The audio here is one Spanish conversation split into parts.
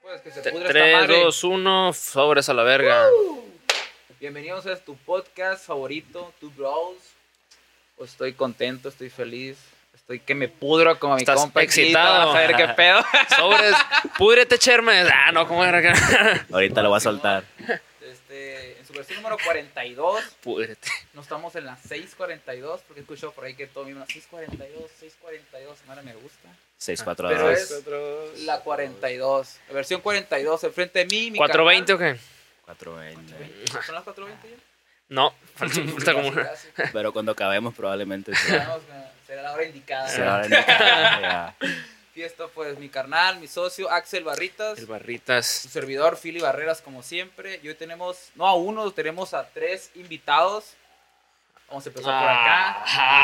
pues, que se pudre esta 3, madre. 2, 1, sobres a la verga. Bienvenidos a tu podcast favorito, Tu Bros. Pues estoy contento, estoy feliz. Estoy que me pudro como mi Estás compa. excitado. Vas a ver qué pedo. Sobres, púdrete, Chermes. Ah, no, ¿cómo era? Ahorita lo voy a soltar. En su versión número 42. Púdrete. No estamos en la 642, porque escucho por ahí que todo mismo 642, madre me gusta. 642. Pero es la 42, la versión 42, enfrente de mí, mi 420 o qué? 420. carnal. ¿Son las 420 ya? No, falta como una. Casi. Pero cuando acabemos probablemente sea. Vamos, será la hora indicada. Será la indicada, ya. Fiesta, pues, mi carnal, mi socio, Axel Barritas. El Barritas. Su servidor, Philly Barreras, como siempre. Y hoy tenemos, no a uno, tenemos a 3 invitados. Vamos a empezar por acá.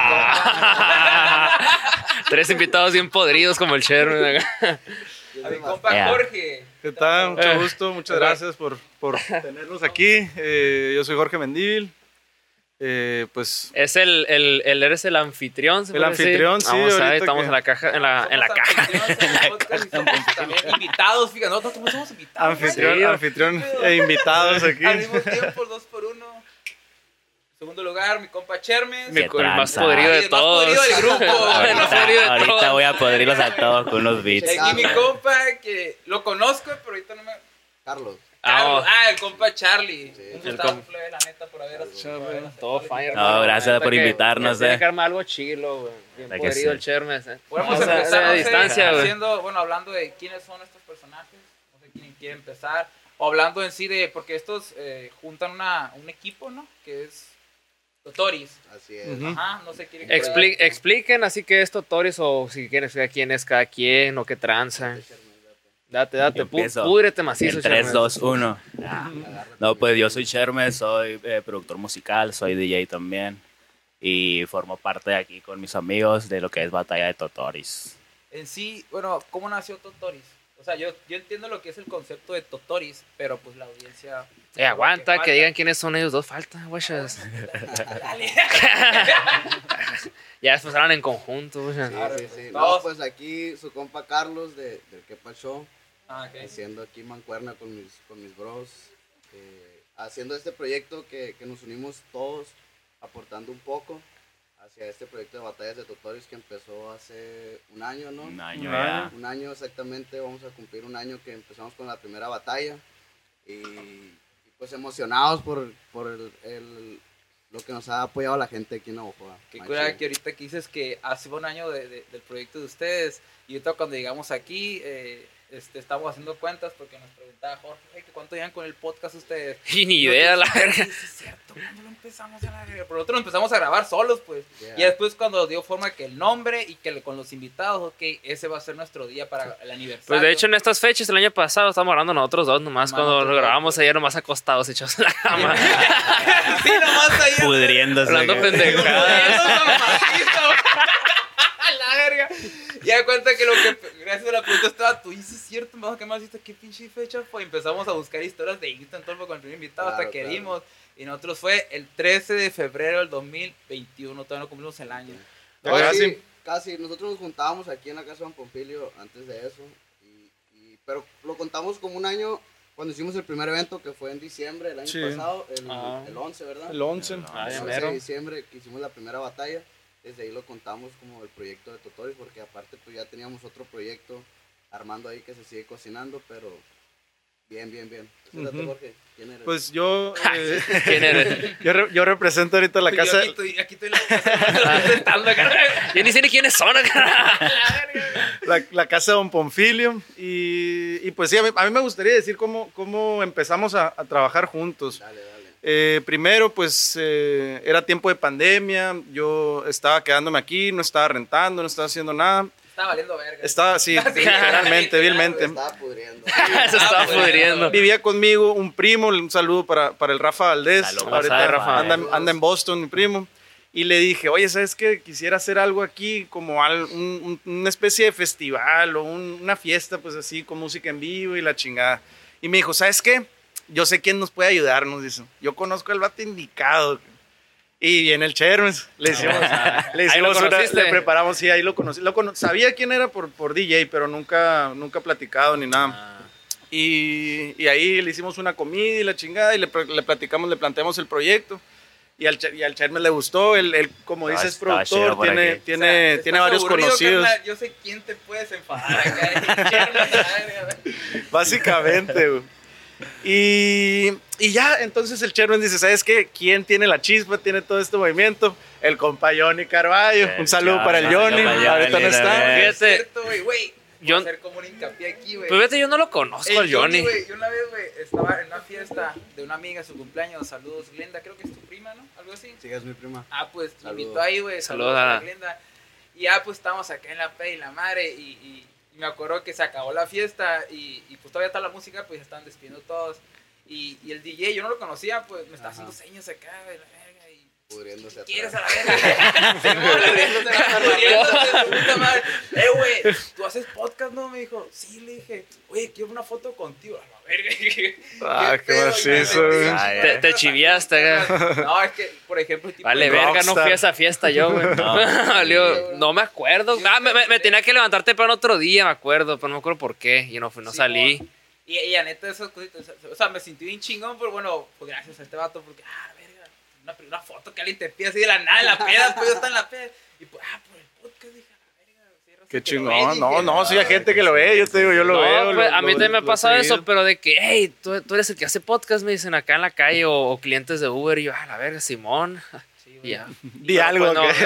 Ah. 3 invitados bien podridos como el Chermes. A mi compa Yeah. Jorge. ¿Qué tal? Mucho gusto, muchas gracias por tenernos aquí. Yo soy Jorge Mendívil. Pues Es eres el anfitrión. ¿se El puede decir? anfitrión, sí, Vamos a ver, ahorita estamos que- en la caja. En la Somos caja. anfitriones en el podcast y somos también invitados, fíjate, nosotros somos invitados. anfitrión, Sí. anfitrión e invitados aquí. Al mismo tiempo, 2 por 1. En segundo lugar, mi compa Chermes. Qué El más tranza. podrido Ay, de el más todos. podrido del grupo. El más podrido de Ahorita todos. voy a podrirlos a todos con unos beats. Aquí mi compa, que lo conozco, pero ahorita no me... Carlos. Carlos. El compa Charlie. Un El gustazo, com- plebe, la neta, por haber Todo fire. No, gracias por invitarnos. Tiene que armar algo chilo, güey. Bien La que podrido sí. el Chermes. Podemos O sea, empezar, a no sé, distancia, güey. hablando de quiénes son estos personajes. No sé quién quiere empezar. O hablando en sí de, porque estos juntan un equipo, ¿no? Que es Totoris. Así es. Ujú. Ajá, no sé quién. Expliquen así que es Totoris o si quieren saber quién es cada quien o qué tranza. Date, Empiezo. púdrete macizo, En 3, Chermes. 2, 1. No, pues yo soy Chermes, soy productor musical, soy DJ también. Y formo parte de aquí con mis amigos de lo que es Batalla de Totoris. En sí, bueno, ¿cómo nació Totoris? O sea, yo entiendo lo que es el concepto de Totoris, pero pues la audiencia... Aguanta, que digan quiénes son ellos dos. Falta, guachas. Dale. Ya después hablan en conjunto, guachas. Claro. Sí. Todos. No, pues aquí su compa Carlos del Kepa Show, Ok. haciendo aquí mancuerna con mis bros, haciendo este proyecto que nos unimos todos, aportando un poco hacia este proyecto de Batallas de Totoris que empezó hace un año, ¿no? Un año Un ya. Un año exactamente, vamos a cumplir un año que empezamos con la primera batalla y pues emocionados por lo que nos ha apoyado la gente aquí en Navajoa. Qué Machín. cura que ahorita que dices que hace un año del proyecto de ustedes y ahorita cuando llegamos aquí estamos haciendo cuentas porque nos preguntaba Jorge, "Hey, ¿cuánto llevan con el podcast ustedes?" Y ni idea, la Nosotros, verga. "Sí, es cierto, ¿cuándo lo empezamos a la verga?" Pero nosotros lo empezamos a grabar solos, pues. Yeah. Y después cuando dio forma que el nombre y que con los invitados, ok, ese va a ser nuestro día para el aniversario. Pues de hecho en estas fechas, el año pasado, estábamos grabando nosotros dos nomás. Cuando Nosotros lo dos, grabamos ayer nomás acostados, echados en la cama. sí, nomás ahí. Pudriéndose. Hablando acá. pendejadas. La verga. Y da cuenta que lo que, gracias a la pregunta estaba tú, y sí es cierto, ¿qué más hiciste? ¿Qué pinche fecha fue? Y empezamos a buscar historias de Instant Talk con el primer invitado hasta Claro, que claro. dimos. Y nosotros fue el 13 de febrero del 2021, todavía no cumplimos el año. Ya Casi, casi. casi. Nosotros nos juntábamos aquí en la casa de Don Pompilio antes de eso. Pero lo contamos como un año cuando hicimos el primer evento que fue en diciembre del año Sí. pasado, Ah. el 11, ¿verdad? El 11. Ah, El ya 11 mero. de diciembre que hicimos la primera batalla. Desde ahí lo contamos como el proyecto de Totoris, porque aparte pues ya teníamos otro proyecto armando ahí que se sigue cocinando, pero bien. Preséntate, Ujú. Jorge. ¿Quién eres? Pues yo, ¿Quién eres? yo represento ahorita la Yo casa. aquí estoy presentando acá. Yo ni sé ni quiénes son. La casa de Don Pomfilio y pues sí, a mí me gustaría decir cómo empezamos a trabajar juntos. Dale. Primero pues era tiempo de pandemia, yo estaba quedándome aquí, no estaba rentando, no estaba haciendo nada. Está valiendo verga. Estaba, sí, literalmente, Sí, vilmente. Estaba pudriendo. Se estaba pudriendo. Vivía conmigo un primo, un saludo para el Rafa Valdés. Saludos, Ahorita Rafa. anda en Boston, mi primo. Y le dije, oye, ¿sabes qué? Quisiera hacer algo aquí, como una especie de festival o una fiesta, pues así, con música en vivo y la chingada. Y me dijo, ¿sabes qué? Yo sé quién nos puede ayudar, nos dice. Yo conozco al vato indicado. Y viene el Chermes. Le hicimos, Ahí lo conociste. le preparamos, sí, ahí lo conocí. Sabía quién era por DJ, pero nunca platicado ni nada. Y ahí le hicimos una comida y la chingada y le planteamos el proyecto. Y al Chermes le gustó, él como dices, es productor, tiene varios aburrido, conocidos. Carnal, yo sé quién te puedes enfadar acá. Básicamente, güey. Y ya, entonces el Chermes dice, ¿sabes qué? ¿Quién tiene la chispa? Tiene todo este movimiento. El compa Johnny Carballo. Un saludo para el Johnny. Ahorita no está. Fíjate, Yo hacer como un hincapié aquí, güey. pues vete, yo no lo conozco al Johnny. Güey, yo una vez, güey, estaba en una fiesta de una amiga, su cumpleaños. Saludos, Glenda, creo que es tu prima, ¿no? Algo así. Sí, es mi prima. Ah, pues me Saludos. invitó ahí, güey. Saludos a Glenda. Y ya, pues estábamos acá en la P y la madre. Y me acuerdo que se acabó la fiesta. Y pues todavía está la música, pues se estaban despidiendo todos. Y el DJ, yo no lo conocía, pues me estaba haciendo señas acá, güey, la verga. Y Pudriéndose atrás. ¿quieres a la verga? Pudriéndose, puta madre. Güey, ¿tú haces podcast, no? Me dijo, sí, le dije, oye, quiero una foto contigo. A la verga. Ah, qué macizo, güey. Te chiviaste, No, es que, por ejemplo, tipo, vale, verga, no fui a esa fiesta yo, güey. No. No me acuerdo. Me tenía que levantar temprano otro día, me acuerdo, pero no me acuerdo por qué. Y no sí, salí. Y la neta, esas cositas, o sea, me sentí bien chingón, pero bueno, pues gracias a este vato, porque, verga, una foto que alguien te pide así de la nada, en la peda, pues yo estaba en la peda, y pues, por el podcast, dije, verga, qué chingón, no, sí hay gente que lo ve, yo te digo, yo lo veo. Pues, a mí también me ha pasado seguido. eso, pero de que, hey, tú eres el que hace podcast, me dicen acá en la calle, o clientes de Uber, y yo, la verga, Simón. Y ya. Di algo. Pues,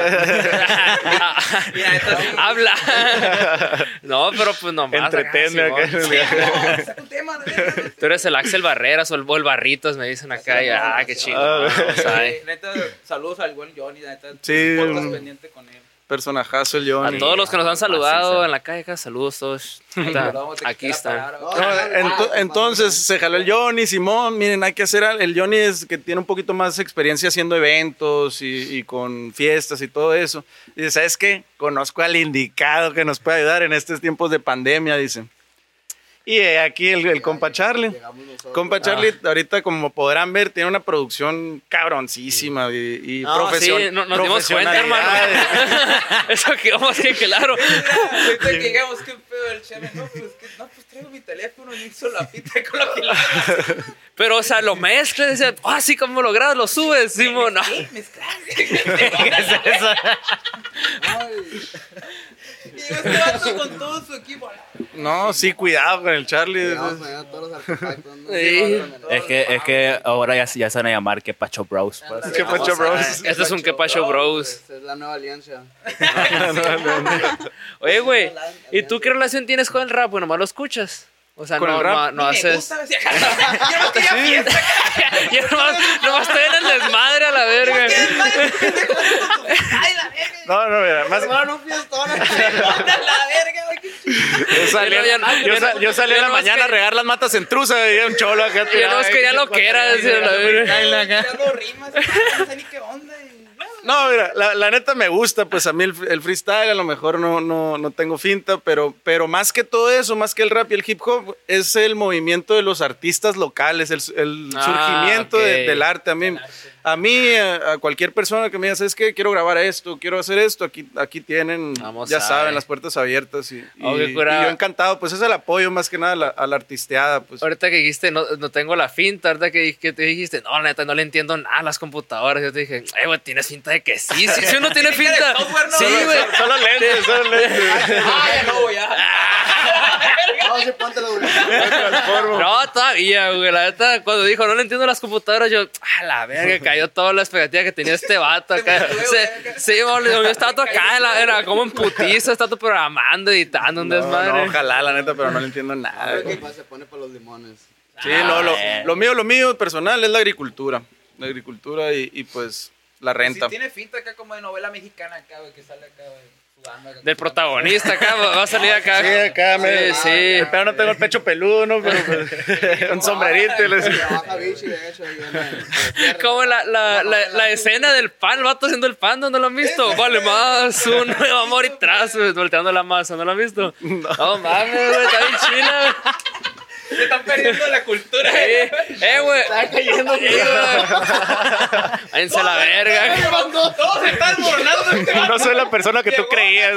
habla. No, pero pues nomás. Entretenme acá. Saca un tema, Tú eres el Axel Barreras o el Barritos, me dicen acá. Y, qué chido. Neta, saludos al buen Johnny, neta. Sí, Podcast pendiente con él. Personajazo el Johnny. A todos los que nos han saludado en la calle, acá, saludos todos. Aquí están. Entonces se jaló el Johnny, Simón, miren, hay que hacer el Johnny es que tiene un poquito más experiencia haciendo eventos y con fiestas y todo eso. Dice, ¿sabes qué? Conozco al indicado que nos puede ayudar en estos tiempos de pandemia, dice. Y aquí el compa Charlie. Compa Charlie, ahorita como podrán ver, tiene una producción cabroncísima y profesional. Sí, nos dimos cuenta, hermano. Eso quedó más que claro. Ahorita que llegamos, qué pedo el chale. No, pues traigo mi teléfono y hizo la pita con lo que la... Pero, o sea, lo mezclas, dice, así como lo grabas, lo subes, Simón. No. Mezclar. Y este vato con todo su equipo. No, sí, cuidado con el Charlie. Es que ahora ya se van a llamar Que Pacho Bros. Pues. Que Pacho Bros. Este es un Que Pacho Bros. Es la nueva alianza. Oye, güey, ¿y tú qué relación tienes con el rap? Bueno, nomás lo escuchas. O sea, no haces... Yo no quería fiesta. Yo nomás estoy en el desmadre a la verga. Ay, la verga. No, mira, más... No fiestona. La verga, güey. Yo salí en la mañana a regar las matas en truza y un cholo acá. Yo no quería lo que era, decir la verga. No rimas, no sé ni qué onda. No, mira, la neta me gusta, pues a mí el freestyle a lo mejor no tengo finta, pero más que todo eso, más que el rap y el hip hop, es el movimiento de los artistas locales, el surgimiento del arte. A mí, a cualquier persona que me diga, ¿sabes qué? Quiero grabar esto, quiero hacer esto, aquí tienen, saben, las puertas abiertas y yo encantado, pues es el apoyo más que nada a la artisteada. Pues. Ahorita que dijiste, no tengo la finta, ahorita que te dijiste, no, neta, no le entiendo nada a las computadoras, yo te dije, güey, tienes finta de que sí, si uno tiene finta. Sí, güey. Solo lentes. Ya no, ya. No, sí, póntelo, güey. No, todavía, güey. La neta, cuando dijo, no le entiendo las computadoras, yo, la verga, cayó toda la expectativa que tenía este vato acá. Sí, yo estaba todo acá, era como en putiza, estaba todo programando, editando, un desmadre. No, ojalá, la neta, pero no le entiendo nada. Se pone para los limones. Sí, lo mío personal es la agricultura. La agricultura y pues la renta. Si tiene finta acá como de novela mexicana acá, güey, que sale acá, güey. Del protagonista acá, va a salir acá. Sí, acá sí. Pero no tengo el pecho peludo, ¿no? Pero pues, un sombrerito. Como la escena del pan, el vato haciendo el pan, ¿no lo han visto? Vale más, un amor y tras, volteando la masa, ¿no lo han visto? No mames, güey, está bien chila. están perdiendo la cultura. Güey. Está cayendo. Váyanse a la verga. Todos se están moronando. No soy la persona que tú creías.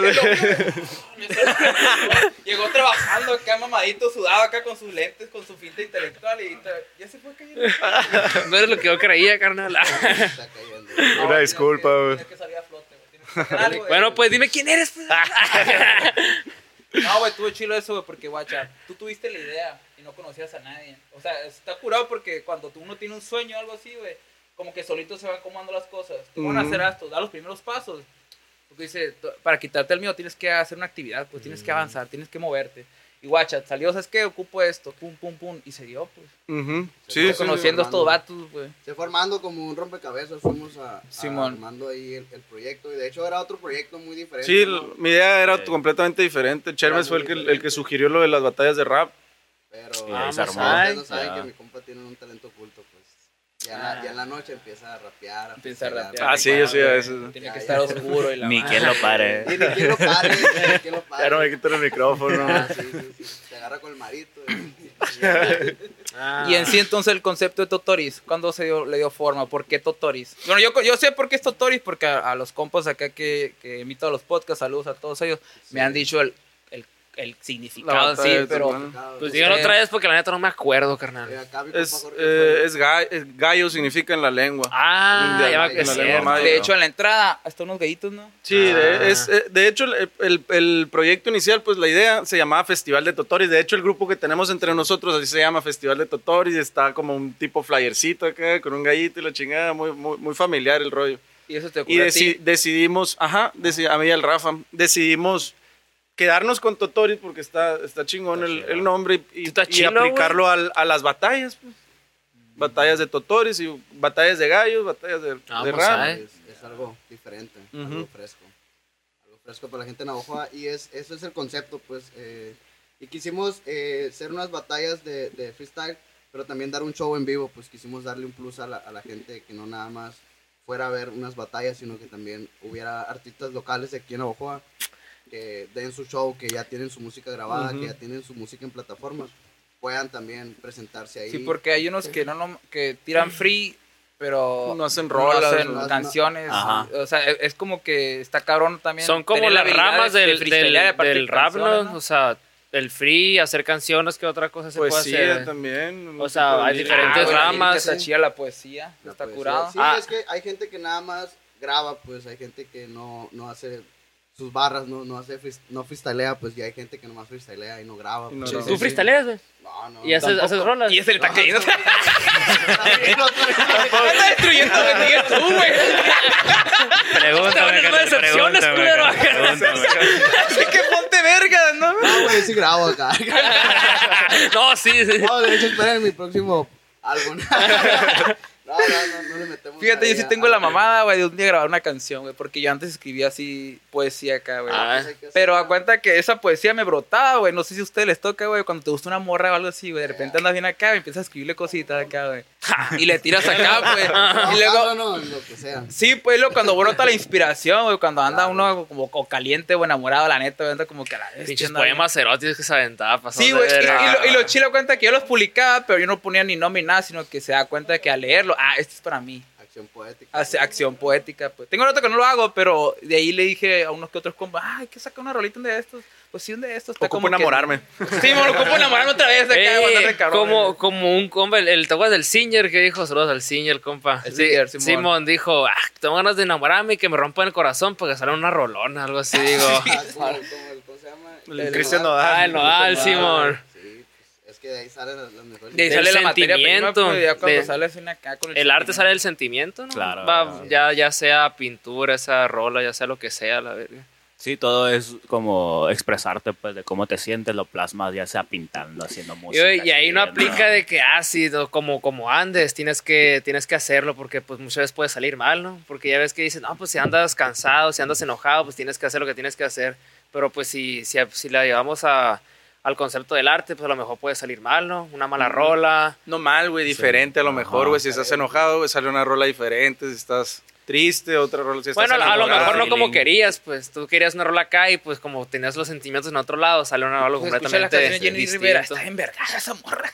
Llegó trabajando acá mamadito, sudado acá con sus lentes, con su finta intelectual y ya se fue cayendo. No es lo que yo creía, carnal. Está cayendo. Una disculpa, güey. Tienes que salir a flote, güey. Tienes que hacer algo, Bueno, pues dime quién eres. Pues. No, güey, estuvo chilo eso, güey, porque, guacha, tú tuviste la idea y no conocías a nadie. O sea, está curado porque cuando uno tiene un sueño o algo así, güey, como que solito se van acomodando las cosas. Te van a hacer esto, da los primeros pasos. Porque dice, para quitarte el miedo tienes que hacer una actividad, pues tienes que avanzar, tienes que moverte. Y guacha, salió, ¿sabes qué? Ocupo esto, pum, pum, pum, y se dio, pues. Sí, Conociendo a estos vatos, güey. Se formando como un rompecabezas, fuimos Simón. armando ahí el proyecto. Y de hecho era otro proyecto muy diferente. Sí, ¿no? mi idea era completamente diferente. Chermes fue el que sugirió lo de las batallas de rap. Pero Y ahí se ustedes armó. no saben Ya. que mi compa tiene un talento oculto, pues. Ya en la noche empieza a rapear. Empieza a freestylear. rapear. Ah, sí, yo sí, a veces. Tiene que estar oscuro y la Ni madre. quien lo pare. Y ni quien lo pare, ni quien lo pare. Ya no me quito el micrófono. Ah, sí. Te agarra con el marito. Y en sí, entonces, el concepto de Totoris, ¿cuándo le dio forma? ¿Por qué Totoris? Bueno, yo sé por qué es Totoris, porque a los compas acá que emito los podcasts, saludos a todos ellos, me han dicho el significado, batalla sí, de pero... Totoris. Pues díganlo otra vez porque la neta no me acuerdo, carnal. Acá mi compa Es Jorge gallo significa en la lengua. Ah, De- ya me en la acuerdo. lengua maya. De hecho, en la entrada, hasta unos gallitos, ¿no? Sí, de hecho el proyecto inicial, pues la idea se llamaba Festival de Totoris. De hecho, el grupo que tenemos entre nosotros así se llama Festival de Totoris. Está como un tipo flyercito acá con un gallito y la chingada, muy familiar el rollo. Y eso te Y ocurrió a ti. decidimos, a mí y al Rafa, decidimos quedarnos con Totoris porque está chingón el nombre y Está y chilo, aplicarlo a las batallas. Pues. Batallas de Totoris y batallas de gallos, batallas de Vamos rap. a ver. es algo diferente, Ujú. algo fresco para la gente de Navajoa y eso es el concepto, pues, y quisimos hacer unas batallas de freestyle, pero también dar un show en vivo, pues quisimos darle un plus a la gente que no nada más fuera a ver unas batallas, sino que también hubiera artistas locales de aquí en Navajoa que den su show, que ya tienen su música grabada, que ya tienen su música en plataformas, puedan también presentarse ahí. Sí, porque hay unos que que tiran free, pero No hacen rolas, hacen no- canciones. Ajá. O sea, es como que está cabrón también. Son como tener la las habilidad ramas de del freestylear y aparte rap, canciones, ¿no? O sea, el free, hacer canciones, ¿qué otra cosa se puede Poesía hacer? también. O sea, hay diferentes güey, la ramas, lírica Está sí. chida la poesía, La está poesía. curado. Sí, Ah. es que hay gente que nada más graba, pues hay gente que no hace sus barras, no freestylea, pues ya hay gente que nomás freestylea y no graba. Y no pues. graba. ¿Tú freestyleas, güey? No. ¿Y haces rolas? Y ese le está No, cayendo. no, Está destruyendo lo que digas tú, güey. Pregúntame, No decepciones, culero. Así que ponte vergas, ¿no? No, güey, sí grabo acá. No, sí. No, de hecho, esperen mi próximo álbum. No le metemos. Fíjate, ahí yo sí a- tengo a la mamada, güey, de un día grabar una canción, güey, porque yo antes escribía así poesía acá, güey. Ah, Pues hay que hacer Pero a una- cuenta que esa poesía me brotaba, güey. No sé si a ustedes les toca, güey, cuando te gusta una morra o algo así, güey. De repente andas bien acá y empiezas a escribirle cositas acá, güey. Y le tiras acá, pues. Y luego, No, lo que sea. sí, pues, luego cuando brota la inspiración, güey, cuando anda uno como o caliente o enamorado, la neta, güey, anda como que a la vez. Pinches poemas eróticos que se aventaba. pasó Sí, de güey, verga. y lo chilo cuenta que yo los publicaba, pero yo no ponía ni nombre ni nada, sino que se da cuenta de que al leerlo, este es para mí. Acción poética. Hace acción poética, pues. Tengo rato que no lo hago, pero de ahí le dije a unos que otros compas, hay que sacar una rolita de estos. Pues sí, un de estos. Está Ocupo como que- enamorarme. Sí, me ocupo enamorarme otra vez de acá, aguantarme cabrón. como un compa, el ¿te acuerdas del Singer que dijo? Saludos al Singer, compa. El Singer, Simón. Simón dijo, tengo ganas de enamorarme y que me rompan el corazón porque sale una rolona, algo así, digo. ¿Cómo se llama? El Cristian Nodal. El Nodal, Simón. Sí, pues es que de ahí salen las mejores. De ahí Del sale la materia prima, sentimiento, pues, ya cuando de- sale así acá con El arte sale del sentimiento, ¿no? Claro. Va, ya sea pintura, esa rola, ya sea lo que sea, la verga. Sí, todo es como expresarte, pues, de cómo te sientes, lo plasmas, ya sea pintando, haciendo música. Y ahí no escribiendo. aplica de que, sí, no, como andes, tienes que hacerlo porque pues muchas veces puede salir mal, ¿no? Porque ya ves que dicen, no, pues si andas cansado, si andas enojado, pues tienes que hacer lo que tienes que hacer. Pero pues si la llevamos al concepto del arte, pues a lo mejor puede salir mal, ¿no? Una mala rola. No mal, güey, diferente a lo mejor, güey. Si estás enojado, güey, sale una rola diferente. Si estás triste, otra rola si estás Bueno, a lo enamorado. mejor no como feeling. querías, pues tú querías una rola acá y pues como tenías los sentimientos en otro lado, salió algo Pues escucha la completamente canción de Jenny Rivera. distinto. Está en verga esa morra.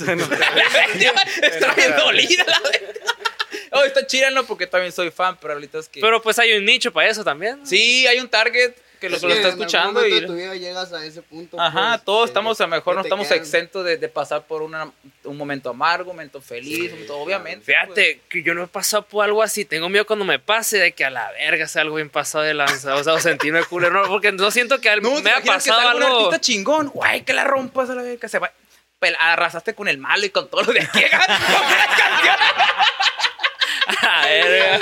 Está bien dolida la verdad. Oh, está chida, no, porque también soy fan, pero ahorita es que... Pero pues hay un nicho para eso también. Sí, hay un target que lo Es está que en escuchando algún momento y... de tu vida llegas a ese punto. Ajá, pues, todos estamos, a lo mejor que no te estamos quedan- exentos de pasar por un momento amargo, un momento feliz, un momento- obviamente. Fíjate que yo no he pasado por algo así. Tengo miedo cuando me pase de que a la verga sea algo bien pasado de lanza. O sea, o sentirme culero. No, porque no siento que No, me ha pasado un algo. artista chingón, güey, que la rompas a la verga, se va... Arrasaste con el malo y con todo lo de aquí. A verga.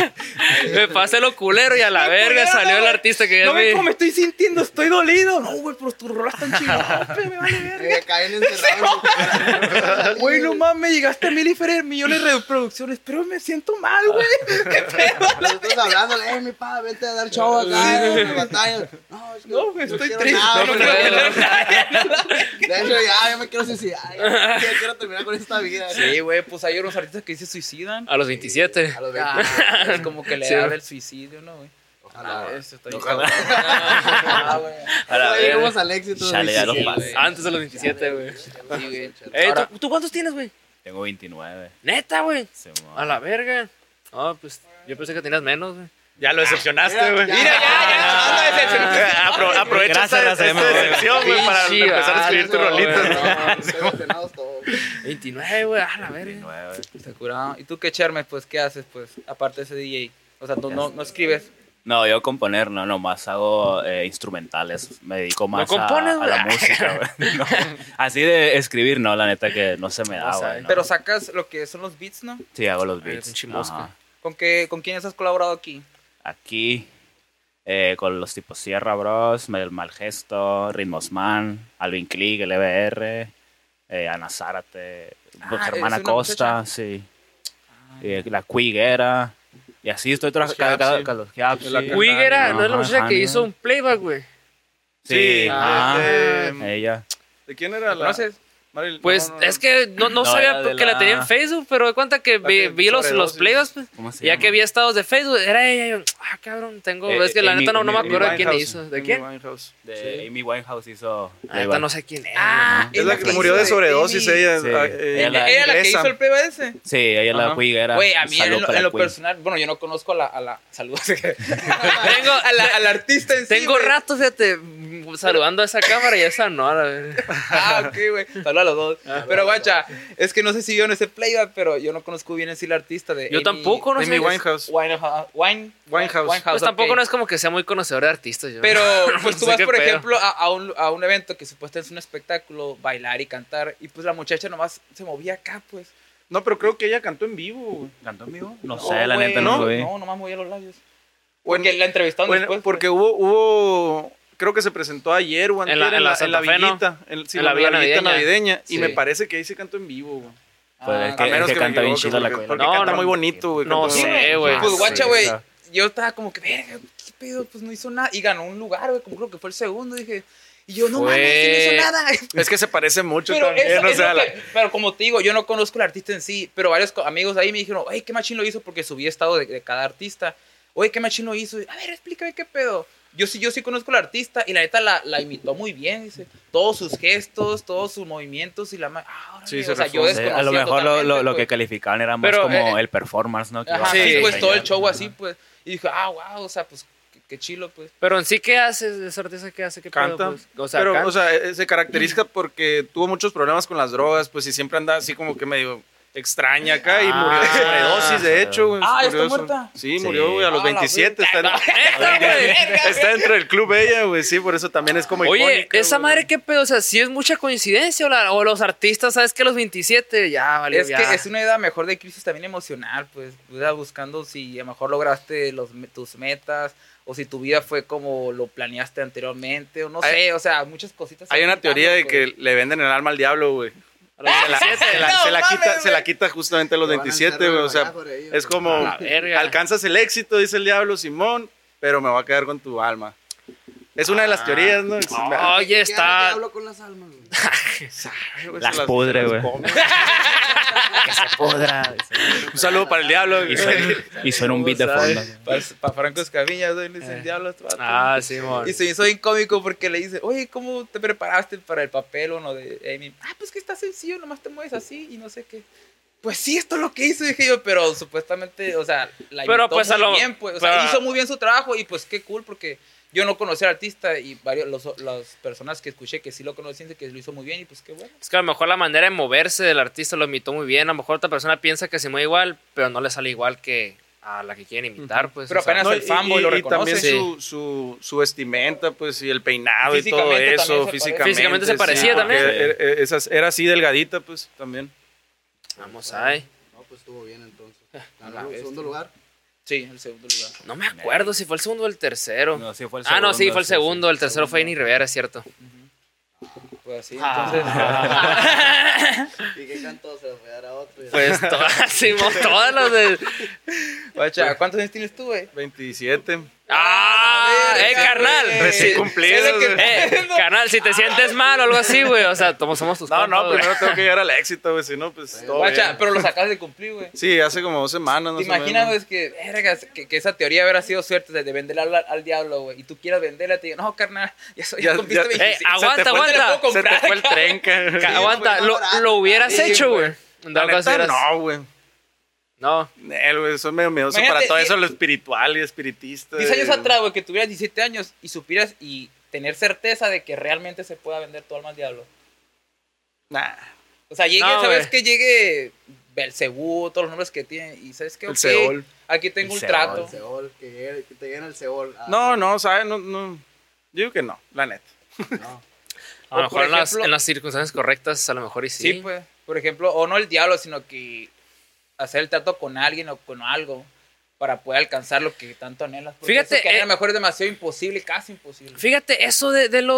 Me pasé lo culero y a la verga salió el artista que No es ves mi. cómo me estoy sintiendo, estoy dolido. No, güey, pero tus rolas están chingonas, me vale verga. Caen encerrados. Güey, no mames, llegaste a millones de reproducciones, pero me siento mal, güey. ¿Qué pedo? Nosotros hablando, mi pa, vente a dar show acá, en batalla. No, es que No, güey, estoy quiero triste. nada, No güey. quiero tener De hecho, ya me quiero suicidar. Ya quiero terminar con esta vida. Sí, güey, pues hay unos artistas que se suicidan. A los 27. A los 20. Es como que le Sí, da güey. el suicidio, ¿no, güey? Ojalá. Eso está bien. Ojalá. Ah, güey. A la Ojalá verga. lleguemos al éxito. Chale, ya lo Sí, pasé. güey. Antes de los 27, güey. Sí, güey. ¿Tú, Ahora- ¿tú cuántos tienes, güey? Tengo 29. Neta, güey. Simón. A la verga. Ah, pues yo pensé que tenías menos, güey. Ya lo decepcionaste, güey. Ya. Mira, ya, anda decepcionado. Aprovecha Gracias, esta Racemo, güey. decepción, güey, para Pinche empezar a escribir tus vato, rolitas. güey. No, decepcionados todos. 29, güey. A la verga. 29. Está curado. ¿Y tú qué, Chermes, pues, qué haces, pues, aparte de ese DJ? O sea, tú no escribes. No, yo componer no, nomás hago instrumentales. Me dedico más compones, a la güey? música, güey. No, así de escribir, no, la neta que no se me da, No güey. sabe. no. Pero sacas lo que son los beats, ¿no? Sí, hago los Ay, beats. pinche mosca. Ajá. ¿Con quiénes has colaborado aquí? Aquí, con los tipos Sierra Bros, El Mal Gesto, Ritmosman, Alvin Klick, LBR, Ana Zárate, Germana ¿es una Costa, muchacha? sí. La Cuiguera. Y así estoy trabajando. Los Wigera, ¿no es la Ajá, muchacha que ajá. hizo un playback, güey? Sí, ajá, de- ella. ¿De quién era la? ¿Conoces? Maril- Pues no, es que no sabía era de que la tenía en la- Facebook, pero de cuenta que que vi los sobredosis. playbacks, pues. ¿Cómo se Ya llama? que vi estados de Facebook, era ella. Y yo, cabrón, tengo. Es que la Amy- neta no me Amy acuerdo de quién Winehouse. hizo. ¿De Amy quién? Winehouse. De Amy Winehouse hizo. La neta no sé quién es. Es Es la que murió de sobredosis, ella. Sí. ¿Ella la que inglesa. hizo el plebe ese? Sí, ella la Ajá. Cuiguera. Güey, a mí Salud para en lo la Queen. personal, bueno, yo no conozco a la saludos. Tengo, al artista en sí. tengo güey. rato, fíjate, saludando a esa cámara y a esa no, a ver. Ah, ok, güey. Saludos a los dos. Pero, guacha, es que no sé si vio en ese playback, pero yo no conozco bien en sí el artista de Yo tampoco, no Amy sé. Winehouse. Winehouse. Pues tampoco ok. no es como que sea muy conocedor de artistas yo. Pero, No pues tú sé vas, qué por pedo. ejemplo, a un evento que supuestamente es un espectáculo, bailar y cantar, y pues la muchacha nomás se movía acá, pues. No, pero creo que ella cantó en vivo, güey. ¿Cantó en vivo? No sé, la güey, neta no lo vi. No, nomás movía los labios. Porque la entrevistaron Bueno, después. porque hubo, creo que se presentó ayer o antier En la en la Santa Fe, ¿no? villita, sí, En la villa navideña. y Sí. me parece que ahí se cantó en vivo, güey. Pues Ah, es A que, menos es que me canta bien equivoque, chida la porque- Cuiguera. porque No, canta no, muy bonito, güey. no canta muy sé, bonito. güey. Pues Sí, guacha, güey, claro. yo estaba como que, verga, ¿qué pedo? Pues no hizo nada. Y ganó un lugar, güey, como creo que fue el segundo. Dije, y yo, no Fue- mames, sí no hizo nada. Es que se parece mucho Pero, también, eso o es sea, lo que- pero como te digo, yo no conozco al artista en sí, pero varios amigos ahí me dijeron, oye, qué machín lo hizo porque subí estado de cada artista. Oye, qué machín lo hizo. A ver, explícame qué pedo. Yo sí conozco al artista y la neta la imitó muy bien, dice. Todos sus gestos, todos sus movimientos y la... órale, Sí, o se sea, yo refuerza. Sí, desconocía a lo mejor totalmente, lo pues. que calificaban era más Pero, como el performance, ¿no? Que iba Ajá, a sí, hacer pues ella. todo el show así, pues. Y dije, wow, o sea, pues, qué chilo, pues. Pero en sí, ¿qué hace esa artista? ¿Qué hace? ¿Qué pedo, canta. pues? O sea, Pero, canta. o sea, se caracteriza porque tuvo muchos problemas con las drogas, pues, y siempre anda así como que medio extraña acá y Ah, murió de sobredosis, de hecho, güey. Ah, ¿está Murió de muerta? Sí, Sí. murió, güey, a los Ah, la 27. Está, verga. Neta, güey. está dentro del club ella, güey, sí, por eso también es como Oye, icónica, esa güey. madre, ¿qué pedo? O sea, si es mucha coincidencia o los artistas, ¿sabes que los 27 ya valió, Es ya. que es una edad mejor de crisis también emocional, pues. Buscando si a lo mejor lograste tus metas o si tu vida fue como lo planeaste anteriormente o no Hay- sé, o sea, muchas cositas. Hay una afectando, teoría de pues. que le venden el alma al diablo, güey. A los 27. Se la quita justamente a los Lo van a 27, encerrar güey. O sea, allá por ellos, es como, A la verga. alcanzas el éxito, dice el diablo, Simón, pero me voy a quedar con tu alma. Es una de las teorías, ¿no? Oye, ¿Qué está. hablo con las almas, güey? Güey, Las se pudre, se güey. come. Que se pudra. Un saludo para el diablo. Y suena un beat de fondo. Para Franco Escamilla, le dice el diablo a este vato. Ah, sí, mon. Y se hizo bien cómico porque le dice, oye, ¿cómo te preparaste para el papel o no de Amy? Ah, pues que está sencillo, nomás te mueves así y no sé qué. Pues sí, esto es lo que hizo, dije yo, pero supuestamente, o sea, la Pero imitó pues muy bien, pues, o sea, hizo muy bien su trabajo y pues qué cool porque yo no conocía al artista y las personas que escuché que sí lo conocían que lo hizo muy bien y pues qué bueno. Es que a lo mejor la manera de moverse del artista lo imitó muy bien. A lo mejor otra persona piensa que se mueve igual, pero no le sale igual que a la que quieren imitar, pues. Pero o sea, apenas el fanboy lo reconoce. Y también Sí. su vestimenta, pues, y el peinado y todo Físicamente eso. también se Físicamente se parecía porque también. Era así delgadita, pues, también. Vamos ahí. No, pues estuvo bien entonces. la Ganó bestia. segundo lugar. Sí, el segundo lugar. No me acuerdo si fue el segundo o el tercero. No, sí fue el Ah, no, sí, fue el sí, segundo. sí. El tercero fue Jenny Rivera, es cierto. Pues así, Ah. entonces... ¿Y qué cantó? Se lo voy a dar a otro. Pues todas, sí, todas las de. Guacha, ¿cuántos años tienes tú, güey? 27. ¡Ah! ¡Carnal! Recién Sí, cumplido. carnal, si te sientes mal o algo así, güey. O sea, somos tus No, compas, güey. primero tengo que llegar al éxito, güey. Si no, pues todo Guacha, bien. pero los acabas de cumplir, güey. Sí, hace como 2 semanas, no ¿Te imaginas, güey, que esa teoría hubiera sido suerte de venderla al diablo, güey? Y tú quieras venderla, te digo, no, carnal, ya cumpliste 25. Aguanta, ¿Cuánto le puedo Se te comprar, fue el tren, Aguanta, fue más barato. lo hubieras Sí, hecho, güey. güey. En La dado caso neta, hubieras- no, güey. No. Güey, soy medio miedoso Imagínate, para todo eso, lo espiritual y espiritista. 10 años atrás, güey, que tuvieras 17 años y supieras y tener certeza de que realmente se pueda vender tu alma al diablo. Nah. O sea, llegue, No, ¿sabes güey. que llegue Belcebú, todos los nombres que tiene? Y ¿sabes qué? El Ok, Seol. aquí tengo El un Seol, trato. El Seol, que te llena el Seol. Ah, No, ¿sabes? No. Yo digo que no, la neta. no. A lo O, por mejor ejemplo- en las circunstancias correctas, a lo mejor y sí. Sí, pues, por ejemplo, o no el diablo, sino que hacer el trato con alguien o con algo para poder alcanzar lo que tanto anhelas. Porque Fíjate, eso que a lo mejor es demasiado imposible, casi imposible. Fíjate, eso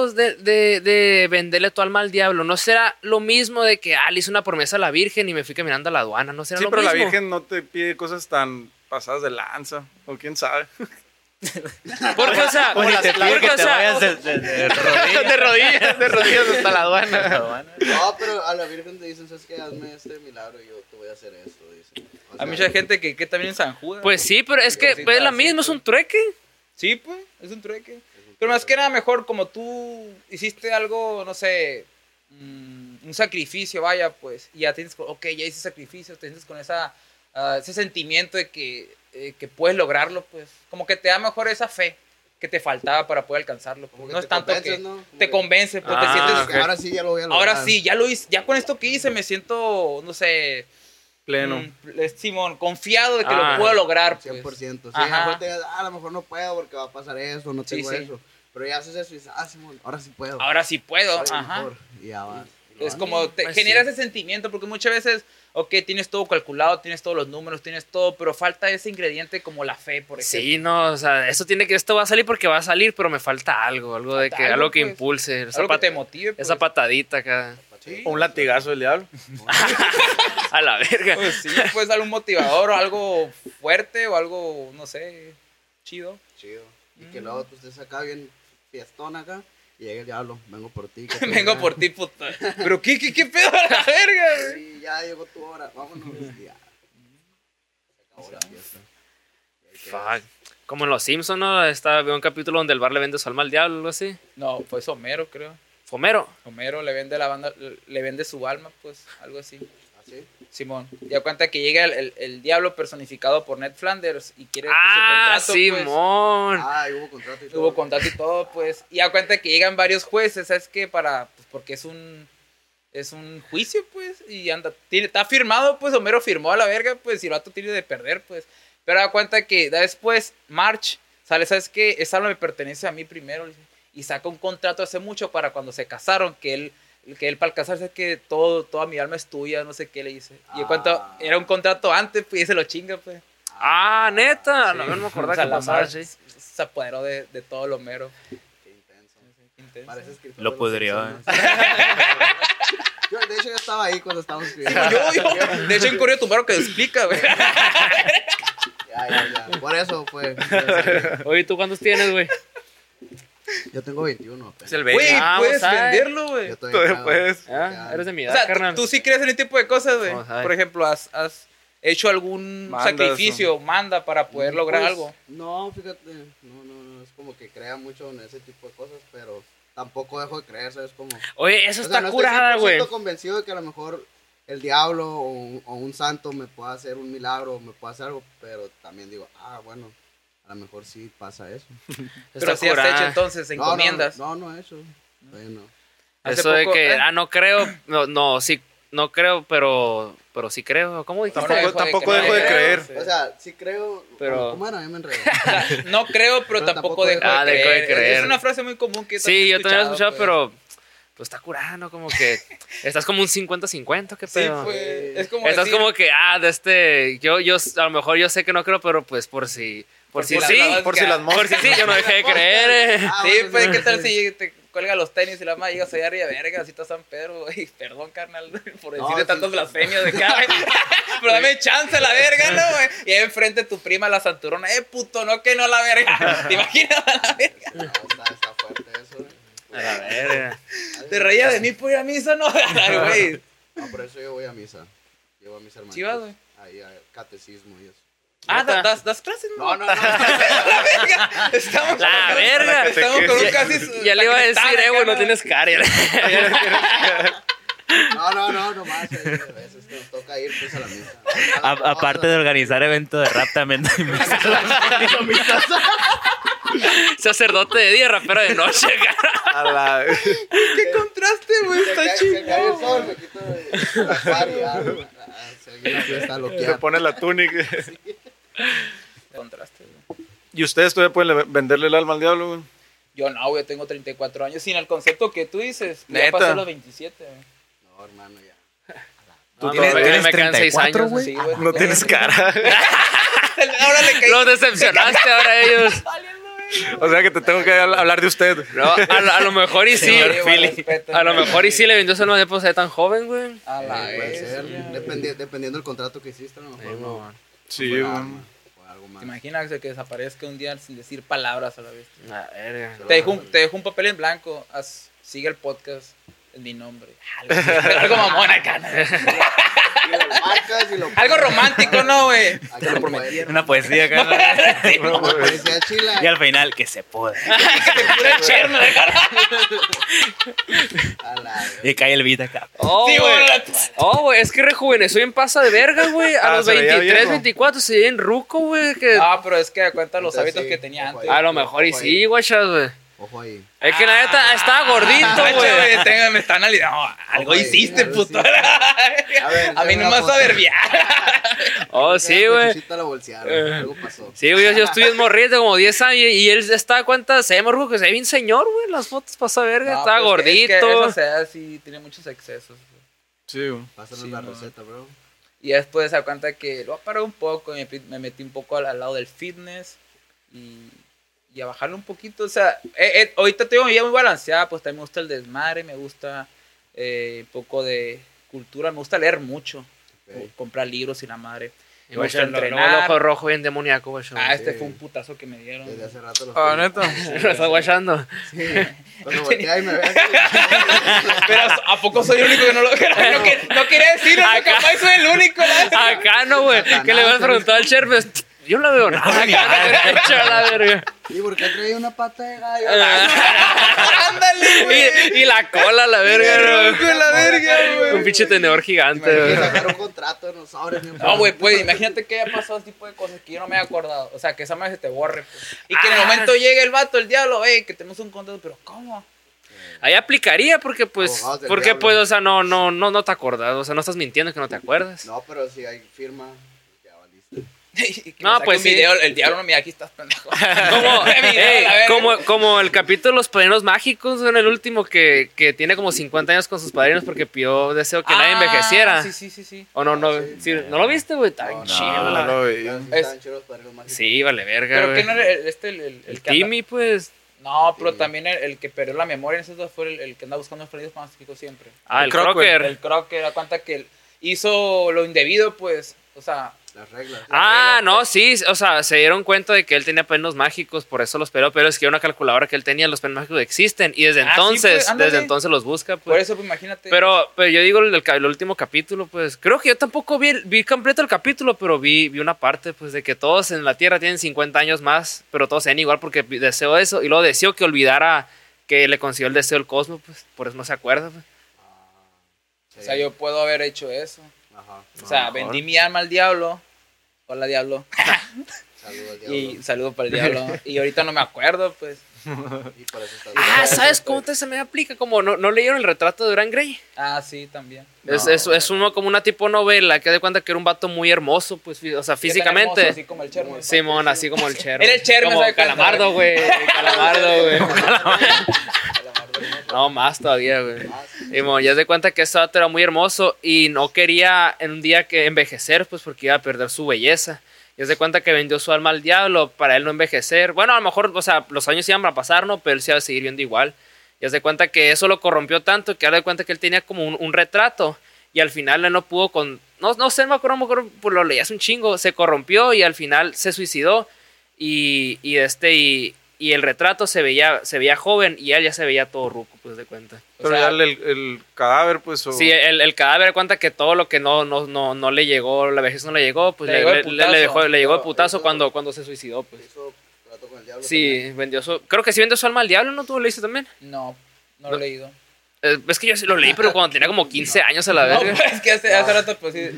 de venderle tu alma al diablo, ¿no será lo mismo de que le hice una promesa a la Virgen y me fui caminando a la aduana? ¿No será Sí, lo pero mismo? la Virgen no te pide cosas tan pasadas de lanza. O quién sabe. Porque, o sea, Pues ni te pide porque, que o te sea, vayas de rodillas. de rodillas hasta la aduana. No, pero a la Virgen te dicen, ¿sabes qué? Hazme este milagro y yo te voy a hacer esto. Dicen. O sea, Hay mucha gente que también en San Judas. pues sí, pero es que Cositas pues, es la así, misma, es pues. un trueque. Sí, pues, es un trueque. Pero más que nada, mejor como tú hiciste algo, no sé, un sacrificio, vaya, pues, y ya tienes, ok, ya hice sacrificio, te sientes con ese sentimiento de que puedes lograrlo, pues, como que te da mejor esa fe que te faltaba para poder alcanzarlo. Pues. Como que No te es tanto convences, que ¿no? Como te que- convence, pues, Ah, te sientes, ok. Ahora sí ya lo voy a lograr. ahora sí, ya lo hice, ya con esto que hice me siento, no sé, Pleno. Simón, confiado de que Ah. lo puedo lograr, pues. 100%. Sí, Ajá. a lo mejor te digas, a lo mejor no puedo porque va a pasar eso, no Sí, tengo sí. eso. Pero ya haces eso y dices, Simón, ahora sí puedo. Ahora sí puedo, Ahora ajá. mejor. Y ya vas. Y lo Es haces. como te Pues genera sí. ese sentimiento, porque muchas veces, ok, tienes todo calculado, tienes todos los números, tienes todo, pero falta ese ingrediente como la fe, por ejemplo. Sí, no, o sea, esto va a salir porque va a salir, pero me falta algo de Falta que algo, algo que pues. impulse, Algo que te motive. Pues. esa patadita acá. Sí. O un latigazo del diablo. A la verga. Pues sí, pues algún motivador o algo fuerte o algo, no sé, chido. Chido. Y que luego tú estés acá bien fiestón acá y llega el diablo, vengo por ti. que te Vengo vea. por ti, puta. Pero qué pedo a la verga, güey. Sí, ya llegó tu hora, vámonos. Y ya. Se acabó la fiesta. Y ahí quedas. Fuck. Como en Los Simpsons, ¿no? Veo un capítulo donde el bar le vende su alma al diablo o algo así. No, pues Homero, creo. Fomero. Homero le vende la banda, le vende su alma, pues, algo así. ¿Así? Simón, ya cuenta que llega el diablo personificado por Ned Flanders y quiere Ah, su contrato, pues. Simón. Ah, y hubo contrato y todo. Hubo contrato y todo, pues. Y ya cuenta que llegan varios jueces, ¿sabes qué? Pues porque es un juicio, pues. Y está firmado, pues. Homero firmó a la verga, pues. Y el vato tiene de perder, pues. Pero da cuenta que después, March sale, ¿sabes qué? Esa no me pertenece a mí primero. Y saca un contrato hace mucho para cuando se casaron, que él para casarse es que toda mi alma es tuya, no sé qué le dice. Y en cuanto era un contrato antes, pues y se lo chinga, pues. Ah, neta. Sí. No me acordaba O sea, que la pasaba March así. se apoderó de todo lo Homero. Qué intenso. Intenso. Parece escritor. Lo de los pudrió, Simpsons. Yo, de hecho, yo estaba ahí cuando estábamos escribiendo. Yo, de hecho, en Correo Tumbaron que lo explica, güey. Ya. Por eso fue. Oye, ¿tú cuántos tienes, güey? Yo tengo 21 apenas. Es el Güey, 20. puedes Vamos, ay. venderlo, güey. Yo todavía Todavía cago. puedes. Eres de mi O edad, sea, carnal. tú sí crees en ese tipo de cosas, güey. Vamos a ver. Por ejemplo, has hecho algún Mandas, sacrificio, manda para poder lograr Pues, algo. No, fíjate, no, es como que crea mucho en ese tipo de cosas, pero tampoco dejo de creer, ¿sabes? Como, Oye, eso o está sea, no curada, estoy güey. 100% convencido de que a lo mejor el diablo o un santo me pueda hacer un milagro, me pueda hacer algo, pero también digo, bueno, a lo mejor sí pasa eso. Pero si has hecho entonces encomiendas. No he hecho, todavía no. Hace Eso de poco, que, no creo, sí, no creo, pero sí creo. ¿Cómo dijiste? Tampoco dejo de creer. O sea, sí creo, Pero- ¿cómo era? Ya me enredé. No creo, pero tampoco dejo de dejo de creer. creer. Es una frase muy común que Sí, yo también lo he escuchado, pues. pero pues está curada, ¿no? Como que estás como un 50-50, ¿qué Sí, pedo? pues. Es como Estás decir, como que, yo a lo mejor yo sé que no creo, pero pues por si sí, por si las por si sí, yo no dejé de creer. Ah, Sí, bueno, pues, sí. ¿qué tal si te cuelga los tenis y la madre llega a sellar y a verga, así está San Pedro, güey? Perdón, carnal, por decirle sí. tantas blasfemias de cara. Pero dame chance, la verga, ¿no, güey? Y ahí enfrente tu prima, la santurona, puto, no, que no, la verga. ¿Te imaginas a la verga? No, está fuerte eso, güey. A la verga. ¿Te reías de mí por ir a misa? No, ay, güey. No, por eso yo voy a misa. Llevo a mis hermanos. ¿Sí vas, güey? Ahí, al catecismo y eso. ¿Das clases? No. La verga. Estamos La verga. Estamos con un casi. Ya le iba a decir, sacristán acá, güey, no ¿no? tienes cara. No, nomás. A veces que nos toca ir pues a la misa. Aparte de organizar eventos de rap, también doy misa. Sacerdote de día, rapero de noche. A la... ¿Qué contraste, güey? Está Se chido. cae el sol, me quito la faria. Seguir la fiesta, lo que Se pone la túnica. Contraste, güey. ¿Y ustedes todavía pueden venderle el alma al diablo, güey? Yo no, güey, tengo 34 años. Sin el concepto que tú dices. Ya ¿Neta? pasé los 27, güey. No, hermano, ya. ¿Tú tienes todavía me quedan 6 años. güey? Sí, güey. no tienes cara? Ahora le caí. Los decepcionaste ahora a ellos. O sea que te tengo que hablar de usted. No, a lo mejor y sí. Sí, güey, respeto, A lo güey. mejor y sí le vendió su alma de ser tan joven, güey. A la Puede vez. ser. Dependiendo del contrato que hiciste, a lo mejor no. Sí, Fue güey. arma, fue algo más. ¿Te imaginas que desaparezca un día sin decir palabras a la vez? La verga. Te dejo un papel en blanco. Sigue el podcast en mi nombre. Algo mamón acá, ¿no? Y lo marcas y lo Algo romántico, ¿no, güey? Aquí lo prometieron. Una poesía acá. Policía chila. Y al final, que se puede. Pura cherno, A la Y cae el beat acá. Oh, Sí, güey. güey. Oh, güey, es que rejuveneció bien pasa de verga, güey. A los se veía 23, viejo. 24 se ve en ruco, güey. Que No, pero es que da cuenta los Entonces, hábitos sí, que tenía ojo antes. ahí. a lo mejor y sí, guachas, güey. Ojo ahí. Es que la neta estaba gordito, Ay, güey. me están analizando. No, algo Ojo ahí, hiciste, algo puto. hiciste. A mí no me vas a verbiar. Oh, sí, güey. La bolsearon. Algo pasó. Sí, güey, yo estuve en morrito como 10 años y él estaba cuenta, se ve morro que se ve bien señor, güey. Las fotos pasó verga, estaba pues, es que gordito. esa edad sí tiene muchos excesos. güey. Sí, güey. Pásanos Sí, la no. receta, bro. Y después se da cuenta que lo voy a parar un poco. Me metí un poco al lado del fitness y a bajarlo un poquito. O sea, ahorita tengo mi vida muy balanceada. Pues también me gusta el desmadre, me gusta un poco de cultura, me gusta leer mucho. Ok. Comprar libros y la madre. Y Me güey, gusta el entrenar. ojo rojo bien demoníaco, güey. Este Sí. fue un putazo que me dieron. Desde hace rato lo Ah, estoy- neta. Lo estás guachando. Sí. Cuando voltea y me ve así. Pero ¿a poco soy el único que no lo no quería decirlo? No, Acá. capaz soy el único. ¿no? Acá no, güey. Satanás, Que le vas a preguntar al Cherves. Yo no veo nada. Echa la verga. ¿Y por qué traía una pata de gallo? Ándale, güey. Y la cola, la verga, Con la verga, güey. güey. Un pinche tenedor gigante, Imagínate güey. sacar un contrato de los sobres. mi No, güey, pues imagínate que haya pasado ese tipo de cosas que yo no me he acordado. O sea, que esa madre se te borre. Pues. Y que en el momento llegue el vato, el diablo, que tenemos un contrato, pero ¿cómo? Ahí aplicaría porque, pues, Abogados del diablo. o sea, no te acuerdas. O sea, no estás mintiendo que no te acuerdas. No, pero si hay firma, ya valiste. Y que No, me saque pues un sí. video, el diablo, no, mira, aquí estás pendejo. Como, ey, A ver. como el capítulo de los padrinos mágicos, en el último que tiene como 50 años con sus padrinos porque pidió deseo que nadie envejeciera. Sí. O no, sí, ¿no lo viste, güey? Está bien No, chido. no lo vi. Ya sí Es- estaban chidos para los mágicos. Sí, vale verga, Pero güey. que no era el que anda- Timmy, pues. No, pero Sí. también el que perdió la memoria en esos dos fue el que anda buscando los perdidos mágicos siempre. Ah, el Crocker. Crocker. El Crocker, da cuenta que él hizo lo indebido, pues. O sea, Las reglas. No, sí, o sea, se dieron cuenta de que él tenía pelos mágicos, por eso los peló, pero es que una calculadora que él tenía, los pelos mágicos existen, y desde entonces, pues, desde entonces los busca, pues. Por eso, pues, imagínate. Pero yo digo el último capítulo, pues, creo que yo tampoco vi completo el capítulo, pero vi una parte, pues, de que todos en la Tierra tienen 50 años más, pero todos sean igual porque deseó eso, y luego deseó que olvidara que le consiguió el deseo del cosmos, pues, por eso no se acuerda, pues. Sí. O sea, yo puedo haber hecho eso. Ajá. O sea, vendí mi alma al diablo. Hola, diablo. Saludos al diablo. Y saludo para el diablo. Y ahorita no me acuerdo, pues. Y por eso está ¿Sabes cómo se me aplica? Como no leyeron el retrato de Dorian Gray. Sí, también. Es uno como una tipo novela que de cuenta que era un vato muy hermoso, pues, o sea, físicamente. Así como el Chermes. Simón, así como el Chermes. Era el Chermes, como ¿sabe cuál? Calamardo, güey. Calamardo, güey. No, más todavía, güey. Simón, ya se cuenta que ese vato era muy hermoso y no quería en un día que envejecer, pues, porque iba a perder su belleza. Ya se cuenta que vendió su alma al diablo para él no envejecer. Bueno, a lo mejor, o sea, los años iban a pasar, ¿no? Pero él se iba a seguir viendo igual. Ya se cuenta que eso lo corrompió tanto que ahora de cuenta que él tenía como un retrato. Y al final él no pudo con... No sé, no me acuerdo, pues lo leí hace un chingo. Se corrompió y al final se suicidó. Y el retrato se veía joven y él ya se veía todo ruco, pues de cuenta. Pero O sea, ya el cadáver, pues... Sí, el cadáver cuenta que todo lo que no le llegó, la vejez no le llegó, pues le llegó el putazo cuando se suicidó, pues. Hizo trato con el diablo. Sí, creo que sí vendió su alma al diablo, ¿no? ¿Tú lo leíste también? No lo he leído. Es que yo sí lo leí, pero cuando tenía como 15 años a la verga. No, pues, es que hace rato, pues sí.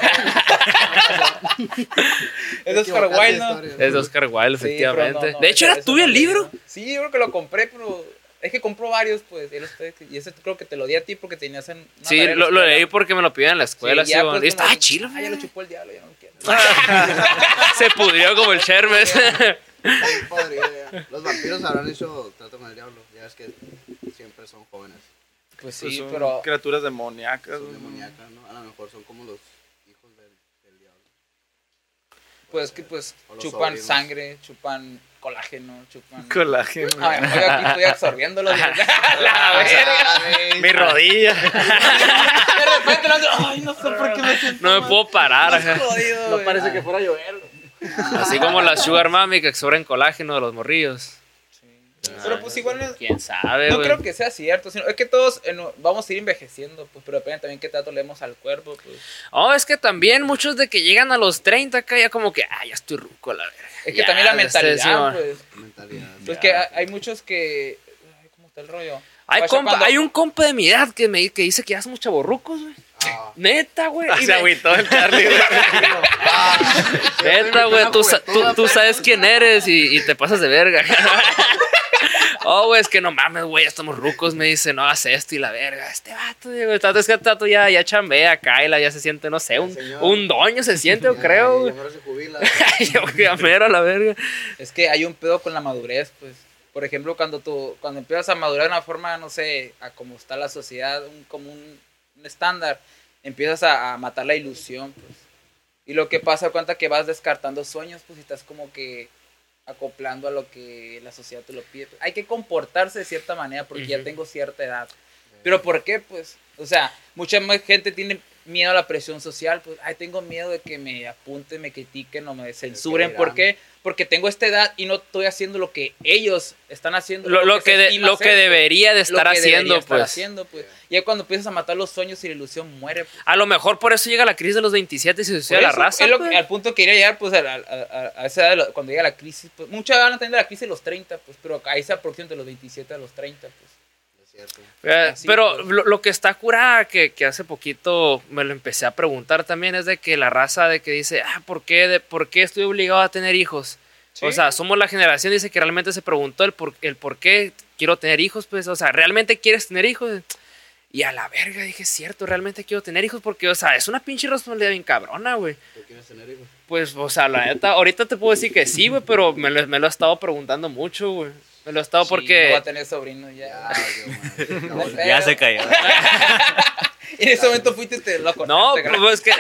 Es de Oscar Wilde, ¿no? Es de Oscar Wilde, Sí, efectivamente. pero no, De hecho, eso ¿era tuyo no el lo he libro? leído. Sí, yo creo que lo compré, pero es que compró varios, pues. Y ese creo que te lo di a ti porque tenías en. Una Sí, tarea en la lo escuela. leí porque me lo pidieron en la escuela. Sí, Sí, ya, bueno. pues, Y estaba como, chido, ya lo güey. chupó el diablo, ya no quiero. Se pudrió como el Chermes. Bien padre, ya. Los vampiros habrán hecho trato con el diablo. Ya es que siempre son jóvenes. Pues Pues sí, son pero. criaturas demoníacas. Son demoníacas, ¿no? A lo mejor son como los hijos del diablo. Pues que pues O los chupan sobrinos. sangre, chupan colágeno, chupan. Colágeno. Ay, yo aquí estoy absorbiéndolo. La verga. Mi rodilla. De repente ay, no sé por qué me siento No me puedo parar. ajá. jodido. No güey. parece que fuera a llover. Así como la Sugar Mami que absorben colágeno de los morrillos. Pero pues igual no, ¿Quién sabe, no güey? creo que sea cierto, sino es que todos vamos a ir envejeciendo, pues, pero depende también qué tanto leemos al cuerpo, pues. Oh, es que también muchos de que llegan a los 30 acá ya como que, ya estoy ruco, la verga. Es que Ya, también la sí, mentalidad, man. pues. Mentalidad. Pues que hay muchos que. Ay, ¿cómo está el rollo? Hay, O sea, cuando- hay un compa de mi edad que dice que ya somos chavorrucos, güey. Ah. Neta, güey. Y Se agüitó el Charlie. Neta, güey, tú sabes quién eres y te pasas de verga. Oh, güey, es que no mames, güey, ya estamos rucos, me dice, no hagas esto y la verga. Este vato, güey, es que este vato ya chambea acá y ya se siente, no sé, señor. un doño se siente, yo creo, güey. Ya mero se jubila. Yo que mero a la verga. Es que hay un pedo con la madurez, pues. Por ejemplo, cuando empiezas a madurar de una forma, no sé, a cómo está la sociedad, como un estándar, empiezas a matar la ilusión, pues. Y lo que pasa, cuenta que vas descartando sueños, pues, y estás como que acoplando a lo que la sociedad te lo pide. Hay que comportarse de cierta manera porque ya tengo cierta edad. ¿Pero por qué? Pues, o sea, mucha más gente tiene miedo a la presión social, pues, tengo miedo de que me apunten, me critiquen o me censuren. dirán. ¿Por qué? Porque tengo esta edad y no estoy haciendo lo que ellos están haciendo. Lo se que estima hacer, pues. debería de estar Lo que debería haciendo, estar pues. haciendo, pues. Y ya cuando empiezas a matar los sueños y la ilusión muere, pues. A lo mejor por eso llega la crisis de los 27 y se suicida Por la eso, raza, es pues. al punto que quería llegar, pues, a esa edad, cuando llega la crisis. Pues, muchos van a tener la crisis de los 30, pues, pero ahí se aproximan de los 27 a los 30, pues. Es cierto. Así, Pero pues. lo que está curada, que hace poquito me lo empecé a preguntar también, es de que la raza de que dice, ¿por qué estoy obligado a tener hijos? Sí. O sea, somos la generación, dice que realmente se preguntó el por qué quiero tener hijos, pues, o sea, ¿realmente quieres tener hijos? Y a la verga, dije, cierto, realmente quiero tener hijos porque, o sea, es una pinche responsabilidad bien cabrona, güey. ¿Tú quieres tener hijos? Pues, o sea, la neta, ahorita te puedo decir que sí, güey, pero me lo he estado preguntando mucho, güey. Me lo he estado Sí, porque... no va a tener sobrinos ya. Ya, Dios, madre. Ya se cayó. Y en ese momento fuiste te lo No, cortaste, pues es que...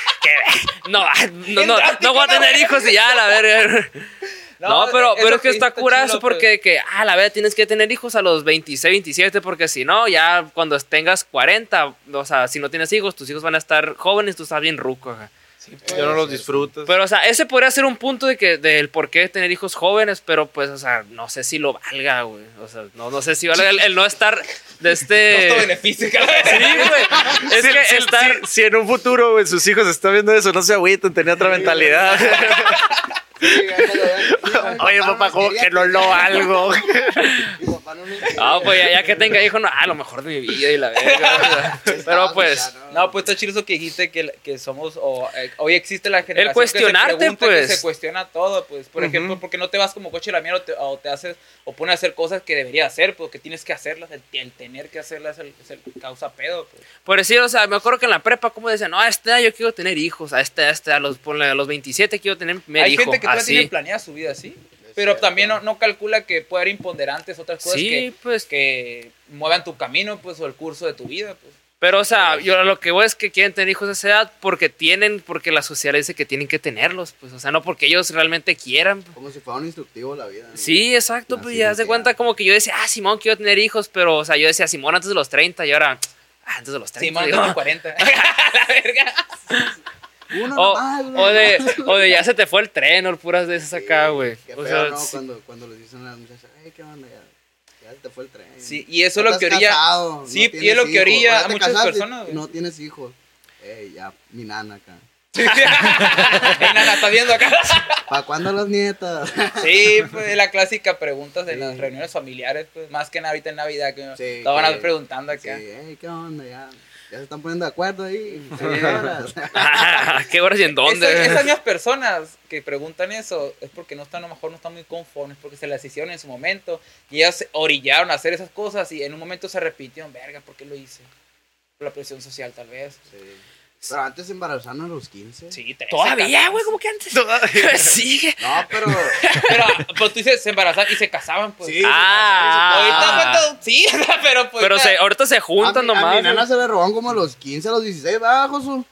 No voy a tener hijos y ya, la verga. No, pero es que está curado eso porque la verdad tienes que tener hijos a los 26, 27 porque si no, ya cuando tengas 40, o sea, si no tienes hijos, tus hijos van a estar jóvenes, tú estás bien ruco. Ajá. Yo no los disfruto. Pero, o sea, ese podría ser un punto del por qué tener hijos jóvenes, pero pues, o sea, no sé si lo valga, güey. O sea, no sé si valga el no estar de este... Costo beneficio, cara. Sí, güey. Es que estar... Si en un futuro, güey, sus hijos están viendo eso, no se agüiten, tenía otra mentalidad. Oye, papá, ¿cómo que no lo valgo? No, pues ya que tenga hijos, no, lo mejor de mi vida y la verga. Pero pues... No, pues está chido eso que dijiste que somos, hoy existe la generación el cuestionarte, que se pregunta, pues. que se cuestiona todo, pues. Por ejemplo, porque no te vas como coche de la mierda o te haces, o pones a hacer cosas que deberías hacer, porque tienes que hacerlas, el tener que hacerlas es el causa pedo, pues. Por decir, o sea, me acuerdo que en la prepa, como decían, no, a esta edad yo quiero tener hijos, a los 27 quiero tener mi hijo. Hay gente que todavía así. tiene planeada su vida así, pero también no calcula que puede haber imponderantes, otras cosas que muevan tu camino, pues, o el curso de tu vida, pues. Pero, o sea, yo lo que voy es que quieren tener hijos a esa edad porque la sociedad dice que tienen que tenerlos, pues, o sea, no porque ellos realmente quieran. Como si fuera un instructivo la vida, ¿no? Sí, exacto, pues ya se cuenta como que yo decía, Simón, quiero tener hijos, pero, o sea, yo decía, Simón, antes de los 30, y ahora, antes de los 30. Simón, antes de los 40. La verga. O de ya se te fue el tren, o puras de esas acá, güey. Qué O feo, sea, ¿no? Cuando les dicen a las muchachas, ¿qué onda? Ya se te fue el tren. Sí, y eso es lo que orilla. Casado, Sí, no y es lo que hijos. orilla Ya a te muchas casaste personas, y güey. no tienes hijos. Ya, mi nana acá. Nana, ¿estás viendo acá? ¿Para cuándo las nietas? Sí, pues la clásica pregunta de las reuniones familiares, pues más que nada ahorita en Navidad, que Sí, te van a que- ir preguntando acá. Sí, ¿qué onda? Ya se están poniendo de acuerdo ahí. Señoras. ¿qué horas y en dónde? Esas mismas personas que preguntan eso es porque a lo mejor no están muy conformes, porque se las hicieron en su momento y ellas se orillaron a hacer esas cosas y en un momento se repitieron, verga, ¿por qué lo hice? Por la presión social, tal vez. Sí. Pero antes se embarazaron a los 15. Sí, 13, Todavía, güey, como que antes. Sigue. No, pero... Pero tú dices, se embarazaban y se casaban, pues. Sí, Ahorita cuánto, sí, pero pues. Pero ahorita se juntan a nomás. mi nana güey. se le robaron como a los 15, a los 16, ¿verdad, Josu?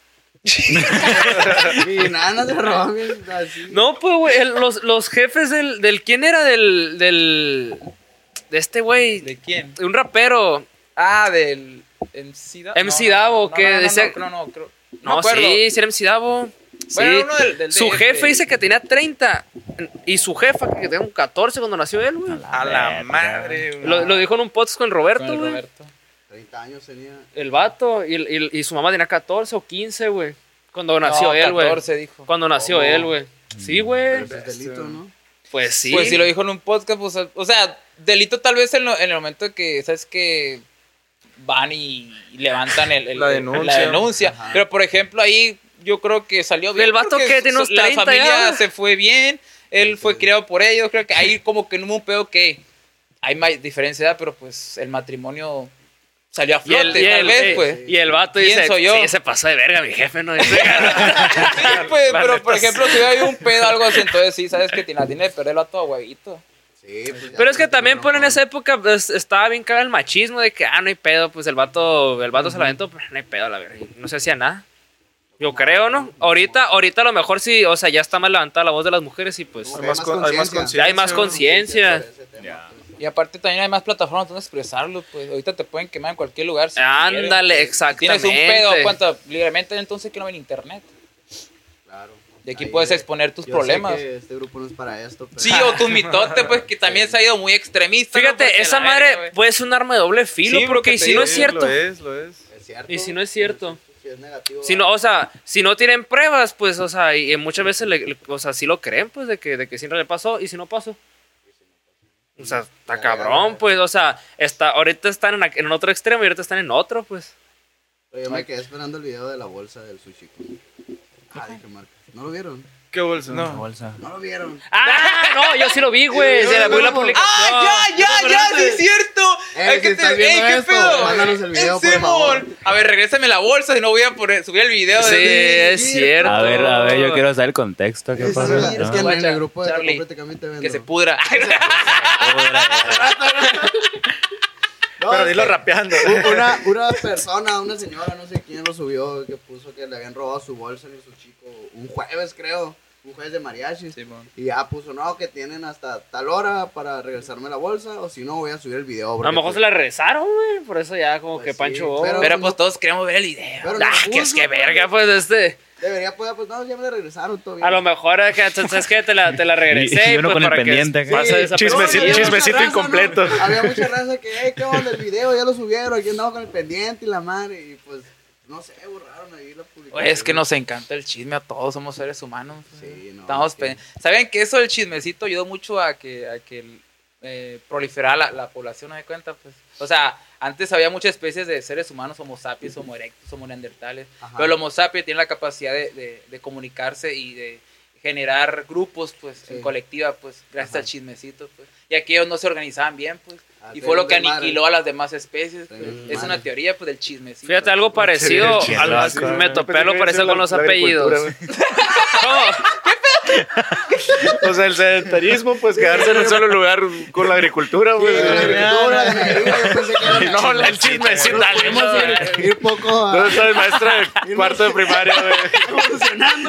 Mi nana se le robaron bien así. No, pues, güey, los jefes del ¿quién era? De este güey. ¿De quién? De un rapero. Ah, del MC Davo. MC Davo, que decía- No, creo. No, me acuerdo. sí, era MC Davo. Bueno, Sí. uno del Su DF. jefe dice que tenía 30 y su jefa que tenía un 14 cuando nació él, güey. A la madre, güey. Lo dijo en un podcast con el Roberto, Con el güey. Roberto. 30 años tenía. El vato y su mamá tenía 14 o 15, güey. Cuando nació No, él, güey. 14 dijo. Cuando nació Oh. él, güey. Sí, güey. Pero eso es delito, ¿no? Pues sí. Pues si lo dijo en un podcast, pues, o sea, delito tal vez en el momento que, ¿sabes? Que van y levantan La denuncia. Ajá. Pero, por ejemplo, ahí yo creo que salió bien. El vato porque que tiene unos 30 la familia ya. se fue bien, él fue criado por ellos, creo que ahí como que no hubo un pedo que hay más diferencia de edad, pero pues el matrimonio salió a Y el, flote, tal vez, pues. y el vato dice, Pienso yo. sí, se pasó de verga mi jefe, ¿no? Dice, Sí, pues, La pero neta, por ejemplo, si hay un pedo algo así, entonces sí, sabes que la tiene de perder el vato a huevito. Sí, pues ya Pero es que no, también no, ponen en no. esa época, pues, estaba bien caro el machismo de que, no hay pedo, pues el vato se la aventó, pero no hay pedo, la verdad. No se hacía nada. Yo creo, ¿no? Ahorita a lo mejor sí, o sea, ya está más levantada la voz de las mujeres y pues Hay Hay más conciencia. ya hay más conciencia. Por ese tema, Ya. pues. Y aparte también hay más plataformas donde expresarlo, pues ahorita te pueden quemar en cualquier lugar. Si Ándale, quieren. exactamente. Tienes un pedo, ¿cuánto? Libremente entonces que no ven internet. Claro. Y aquí Ahí puedes ve. exponer tus Yo problemas. sé que este grupo no es para esto, pero... Sí, o tu mitote, pues que también se ha ido muy extremista. ¿no? Fíjate, Porque esa la madre verga, güey. puede ser un arma de doble filo, Sí, porque porque y te si digo, no es cierto, Lo es. Es cierto. y si no es cierto, Si es negativo. si no, o sea, si no tienen pruebas, pues, o sea, y muchas veces, o sea, sí lo creen, pues, de que siempre le pasó, y si no pasó. O sea, está cabrón, pues, o sea, ahorita están en otro extremo y ahorita están en otro, pues. Pero yo me quedé esperando el video de la bolsa del sushi. Ay, qué marca. ¿No lo vieron? ¿Qué bolsa? La bolsa. No lo vieron. No, yo sí lo vi, güey. Se la vi la publicación. ¡Ah, ya, sí es cierto! Si estás viendo ¿qué esto, pedo? mándanos el video, por Simón. favor. A ver, regrésame la bolsa, si no voy a subir el video. Sí, es cierto. A ver, yo quiero saber el contexto. ¿Qué Es pasa? que en el Guacha, grupo de Charlie, prácticamente vendo. Que se pudra. No, Pero es dilo que rapeando. Una persona, una señora, no sé quién lo subió, que puso que le habían robado su bolsa en su chico un jueves, creo. jueves de mariachi. Simón. Y ya puso, no, que tienen hasta tal hora para regresarme la bolsa, o si no, voy a subir el video. A porque, lo mejor pues, se la regresaron, güey. Por eso ya como Pues que sí, Pancho... Pero pues todos queremos ver el video. Pero no que es puso, que pues. verga, pues Debería poder, pues no, ya me la regresaron todavía. A lo mejor es que, ¿sabes qué? Te la regresé. Y uno pues, con el para que pendiente acá. pase Sí, desapercibido. había chismecito mucha raza, incompleto. ¿no? Había mucha raza que, ¿qué onda el video? Ya lo subieron, aquí andamos con el pendiente y la madre. Y pues, no sé, borraron ahí la publicación. Oye, es que nos encanta el chisme a todos, somos seres humanos. Sí, no. Estamos es que- ¿Saben que eso del chismecito ayudó mucho a que proliferara la población, ¿no se cuenta? Pues, o sea, antes había muchas especies de seres humanos, homo sapiens, homo erectus, homo neandertales, Ajá. pero el homo sapiens tiene la capacidad de comunicarse y de generar grupos, pues, Sí. en colectiva, pues, gracias Ajá. al chismecito, pues. Y aquellos no se organizaban bien, pues. Ah, Y fue lo que tenemos aniquiló a las demás especies. Pues. Tenemos Es una madre. teoría, pues, del chismecito. Fíjate, algo parecido. Sí, Me topé algo parecido con los apellidos. ¿Cómo? O sea, el sedentarismo, pues quedarse en un solo lugar con la agricultura, Sí, güey. con la agricultura, la ganadería, yo pensé que era la No, chingada. el chismecito, dale, Queremos no, ir poco a... ¿Dónde está el maestro de cuarto de primaria, güey? evolucionando.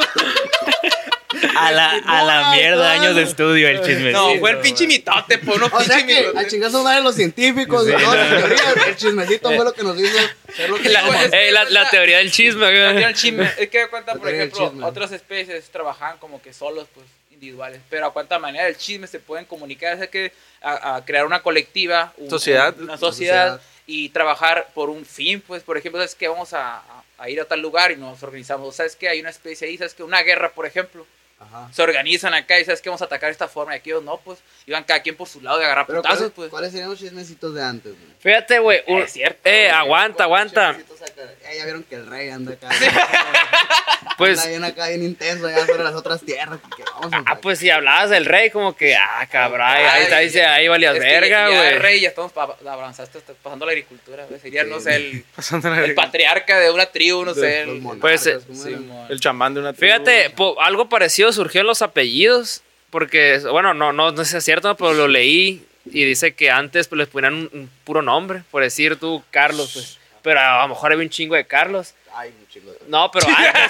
A la mierda, años de estudio el chisme. No, fue el pinche mitote, pues, unos O sea pinche que mitotes. a chingazo madre los científicos y todas las teorías, el chismecito fue lo que nos hizo ser lo que La- somos. La teoría del chisme. La güey. teoría del chisme. Es que de cuenta, La por teoría del ejemplo, chisme. otras especies trabajaban como que solos, pues, individuales. Pero a cuánta manera el chisme se pueden comunicar, es que a crear una colectiva, Sociedad. una sociedad, Sociedad. y trabajar por un fin, pues, por ejemplo, sabes que vamos a ir a tal lugar y nos organizamos, sabes que hay una especie ahí, sabes que una guerra, por ejemplo, Ajá. se organizan acá y sabes que vamos a atacar de esta forma y aquellos no, pues, iban cada quien por su lado de agarrar Pero putazos, pues. ¿cuáles serían los chismecitos de antes, güey? Fíjate, güey. Es cierto. Aguanta. Chismecitos acá. Ya vieron que el rey anda acá. Pues, Anda bien acá, bien intenso, allá sobre las otras tierras. Que vamos a pues si hablabas del rey, como que, cabrón, ahí valías Es que verga, ya el güey. rey, ya estamos avanzaste, pasando la agricultura, güey. Sería, Sí. no sé, el Pasando la el agricultura. patriarca de una tribu, no De sé. los El, monarcas, Pues, ¿cómo sí, era? mon. El chamán de una tribu. Fíjate, algo parecido surgió en los apellidos, porque, bueno, no sé si es cierto, pero lo leí y dice que antes pues, les ponían un puro nombre, por decir tú, Carlos, pues. Pero a lo mejor había un chingo de Carlos. Ay, un chingo de... No, pero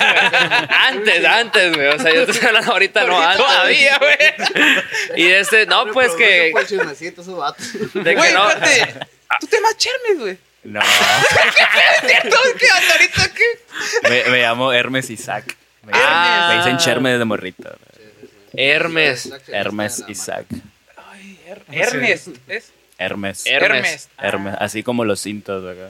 antes, güey. O sea, yo te estoy hablando ahorita, no antes. Todavía, güey. Y no, pues que. Por el chismecito, esos vatos. De que Güey, no. espérate. Tú te llamas Chermes, güey. No, ¿Es cierto? ¿Qué hasta ahorita qué? me llamo Hermes Isaac. Ah. Me dicen Chermes de morrito. Hermes. Hermes Isaac. Ay, Ernest. ¿Es? Hermes. Hermes. Hermes. Así como los cintos acá.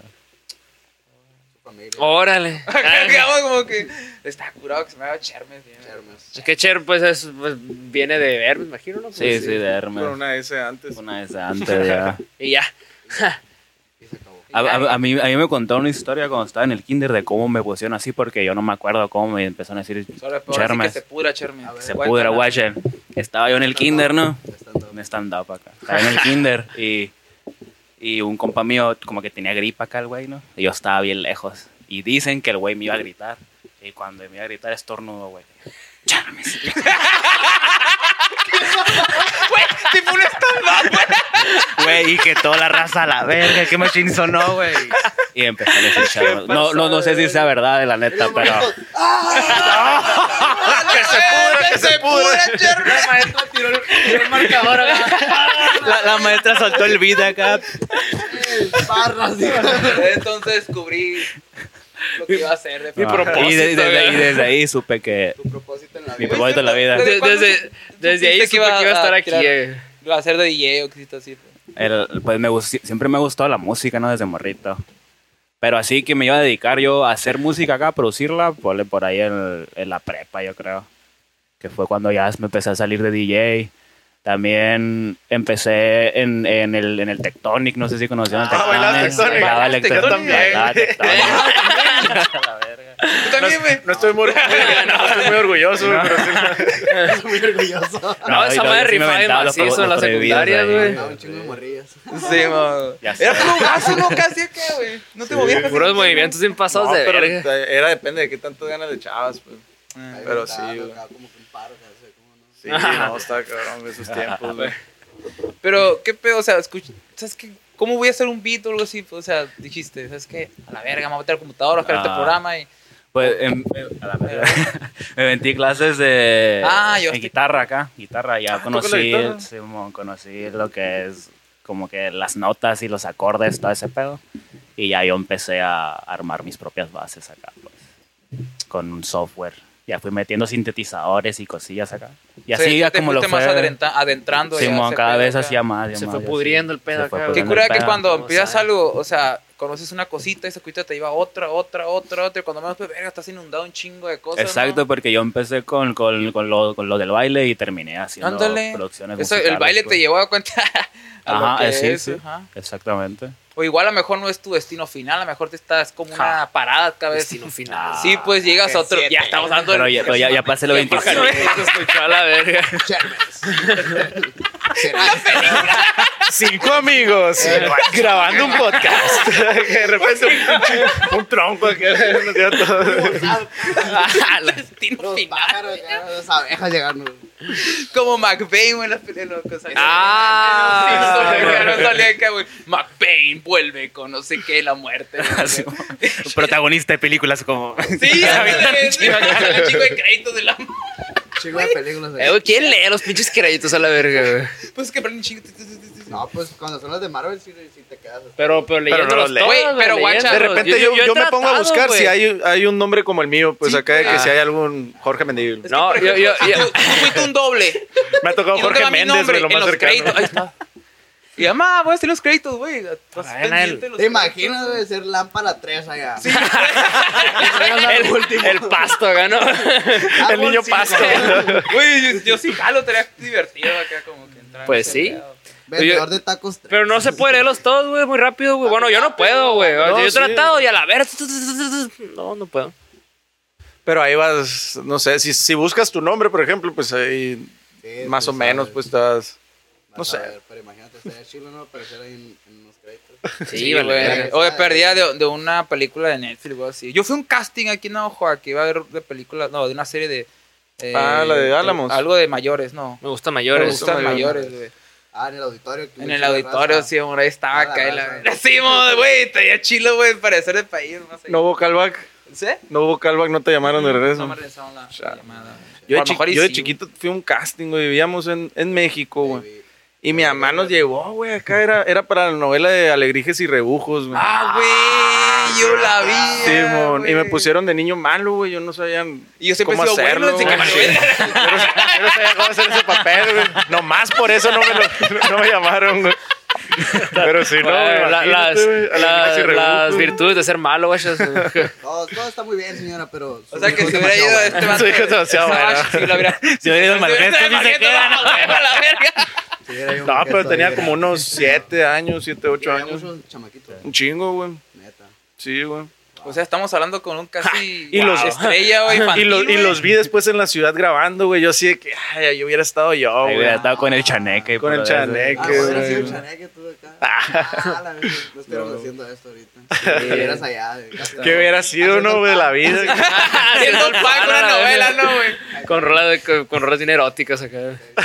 Órale. Quedamos como que está curado que se me llama Chermes. bien. Es que Cher, pues, viene de Hermes, me imagino, ¿no? Pues, Sí, sí, de Hermes. Con una S antes. Una vez antes ya. Y ya. Y se acabó. A mí me contó una historia cuando estaba en el kinder de cómo me pusieron así porque yo no me acuerdo cómo me empezaron a decir Solo le puedo decir que Chermes. se pudra Chermes. Se pudra, guachen. Estaba yo en el kinder, ¿no? Stand-up. Un stand-up acá. Estaba en el kinder y un compa mío como que tenía gripa acá el güey, ¿no? Y yo estaba bien lejos. Y dicen que el güey me iba a gritar. Y cuando me iba a gritar estornudo, güey. Chermes. Güey, tipo un stand-up, güey. Güey, y que toda la raza a la verga, qué machín sonó, güey. Y empezó a decir Chermes. No sé si sea verdad, la neta, pero... Que se pudra Chermes. La maestra tiró el marcador acá. La maestra soltó el beat acá. Barras, dijo. Entonces descubrí lo que iba a hacer. De Mi propósito, Y güey. desde ahí supe que Tu propósito en la mi vida. propósito en la vida... ¿Desde cuándo Desde ahí supiste supe que iba a estar aquí. tirar- Iba a ser de DJ o cosita así. Pues. Pues siempre me gustó la música, ¿no? Desde morrito. Pero así que me iba a dedicar yo a hacer música acá, a producirla, por ahí en la prepa, yo creo. Que fue cuando ya me empecé a salir de DJ. También empecé en el Tectonic, no sé si conocían el bailabas Tectonic. Tectonic. Bailaba Bailaste Tectonic. Tectonic. Bailaba Tectonic. Tú también, güey. No estoy muy orgulloso, No. pero sí. Estoy muy orgulloso. No, esa y madre sí me rifaba aventaba los macizo en las prohibidos secundarias, ahí. güey. Andaba un chingo de morrillas. Sí, mo. Ya sé. Era puro brazo, ¿no? Casi acá, güey. No te movías casi. Puros movimientos bien pasados No, de pero verga. era depende de qué tanto ganas de chavas, pues. Ah. Ahí Pero estaba, sí, güey. acá como que un paro, o sea, ¿cómo no? Sí, no, estaba cabrón esos tiempos, güey. Pero, ¿qué pedo? O sea, ¿sabes qué? ¿Cómo voy a hacer un beat o algo así? O sea, dijiste, ¿sabes qué? A la verga, me voy a meter al computador, a buscar este Ah. programa y Pues a la verga. Me metí clases de yo en estoy- guitarra acá. Guitarra, ya ¿tocas la conocí, guitarra? Simón, conocí lo que es como que las notas y los acordes, todo ese pedo. Y ya yo empecé a armar mis propias bases acá, pues, con un software. Ya fui metiendo sintetizadores y cosillas acá. Y así ya te como lo fuiste fue. más adentrando. ya Simón, ese cada pedo vez acá. hacía más. Se más, fue y pudriendo así. el pedo Se fue acá, Qué pudriendo cura el que pedo. cuando Como empiezas sabe. algo, o sea, conoces una cosita, esa cosita te lleva a otra, y cuando menos, pues, verga, estás inundado un chingo de cosas. Exacto, ¿no? porque yo empecé con lo del baile y terminé haciendo Ándale. producciones Eso, musicales. el baile pues. te llevó a cuenta a lo Ajá, que sí, es. sí. Ajá. Exactamente. O igual a lo mejor no es tu destino final, a lo mejor te estás como una parada cada vez. Destino final. Sí, pues llegas a otro. Ya estamos dando. Pero ya pasé los 25. Se escuchó a la verga. Chermes. Será 5 amigos grabando un podcast. De repente un tronco aquí. Nos dio todo. Destino los final. pájaros, ya, las abejas llegando. Como McBain, güey, en las cosas. Ah, no salía acá, güey. McBain vuelve con no sé qué, la muerte. Así, un protagonista de películas como. Sí, un chico de créditos de la. Chingo de películas. Güey, ¿quién lee los pinches créditos a la verga, güey? Pues que prende un chingo. No, pues cuando son las de Marvel sí te quedas. Pero leyendo no los los leo. Güey, pero guacha, De repente yo he me pongo a tratado, buscar güey. si hay un nombre como el mío, pues Sí, acá de que pues. si hay algún Jorge Mendívil. Es que, No, por ejemplo, yo- tú fuiste un doble. Me ha tocado ¿Y dónde Jorge va mi Méndez, nombre? güey, lo En más los cercano. créditos. Ahí está. Y mamá, voy a hacer los créditos, güey. Estás Bueno, pendiente de los ¿Te imaginas, créditos. güey, ser lámpara 3 allá? Sí. el pasto acá, ¿no? El niño pasto. Güey, yo sí jalo, estaría divertido acá como que entrar. Pues en ese sí. pedo. Vendedor de tacos 3. Pero no se puede leerlos todos, güey, muy rápido, güey. Bueno, yo no puedo, güey. No, Yo he sí. tratado y a la verga. No puedo. Pero ahí vas, no sé, si buscas tu nombre, por ejemplo, pues ahí más o menos, pues estás. No sé. Pero imagínate, estaría chido, ¿no? Aparecer ahí en los créditos. Sí, vale, güey. verga. Oye, perdía de una película de Netflix, güey, así. Yo fui a un casting aquí en Navajo, que iba a haber de películas, no, de una serie de. La de Álamos. Algo de mayores, no. Me gustan Me mayores. gustan mayores. mayores, güey. En el auditorio. En el auditorio, sí, hombre, ahí estaba Ah, la acá. raza. Sí, güey, estaría chilo, güey, parecer de país. No sé. No hubo callback. ¿Sí? No hubo callback, no te llamaron de regreso. No me regresaron la llamada. Yo, A lo mejor y yo de sí, chiquito fui a un casting, güey. Vivíamos en México, güey. Y mi mamá nos llevó, güey. Acá era para la novela de Alegrijes y Rebujos, güey. Ah, güey, yo la vi. Simón. Y me güey. pusieron de niño malo, güey. Yo no sabía Y yo siempre he cómo sido bueno, hacerlo. así que güey. me lo- Yo no sabía cómo hacer ese papel, güey. Nomás por eso no me llamaron, güey. Pero sí, no, güey. Las imagínate, güey, Alegrijes y las Rebujos. virtudes de ser malo, güey. Todo está muy bien, señora, pero. O sea que si hubiera ido a este Su hijo es demasiado bueno. Si lo hubiera. Si hubiera ido al Malgesto, sí se queda, ¿no? La verga. No, pero tenía como unos 7 años, 7, 8 años. Un chamaquito, Un chingo, güey. neta. Sí, güey. O sea, estamos hablando con un casi Y los- estrella, güey, Y, infantil, y güey. los vi después en la ciudad grabando, güey. Yo así de que, ay, yo hubiera estado yo, Ahí güey. hubiera estado con el chaneque. Con el pero de- chaneque. Ah, Que, bueno, güey. sí, el chaneque tú acá. La verdad, no estuviéramos haciendo esto ahorita. Si estuvieras allá. ¿Qué hubiera sido, no, güey, de la vida? Haciendo pan con una novela, ¿no, güey? Con rolas bien eróticas acá.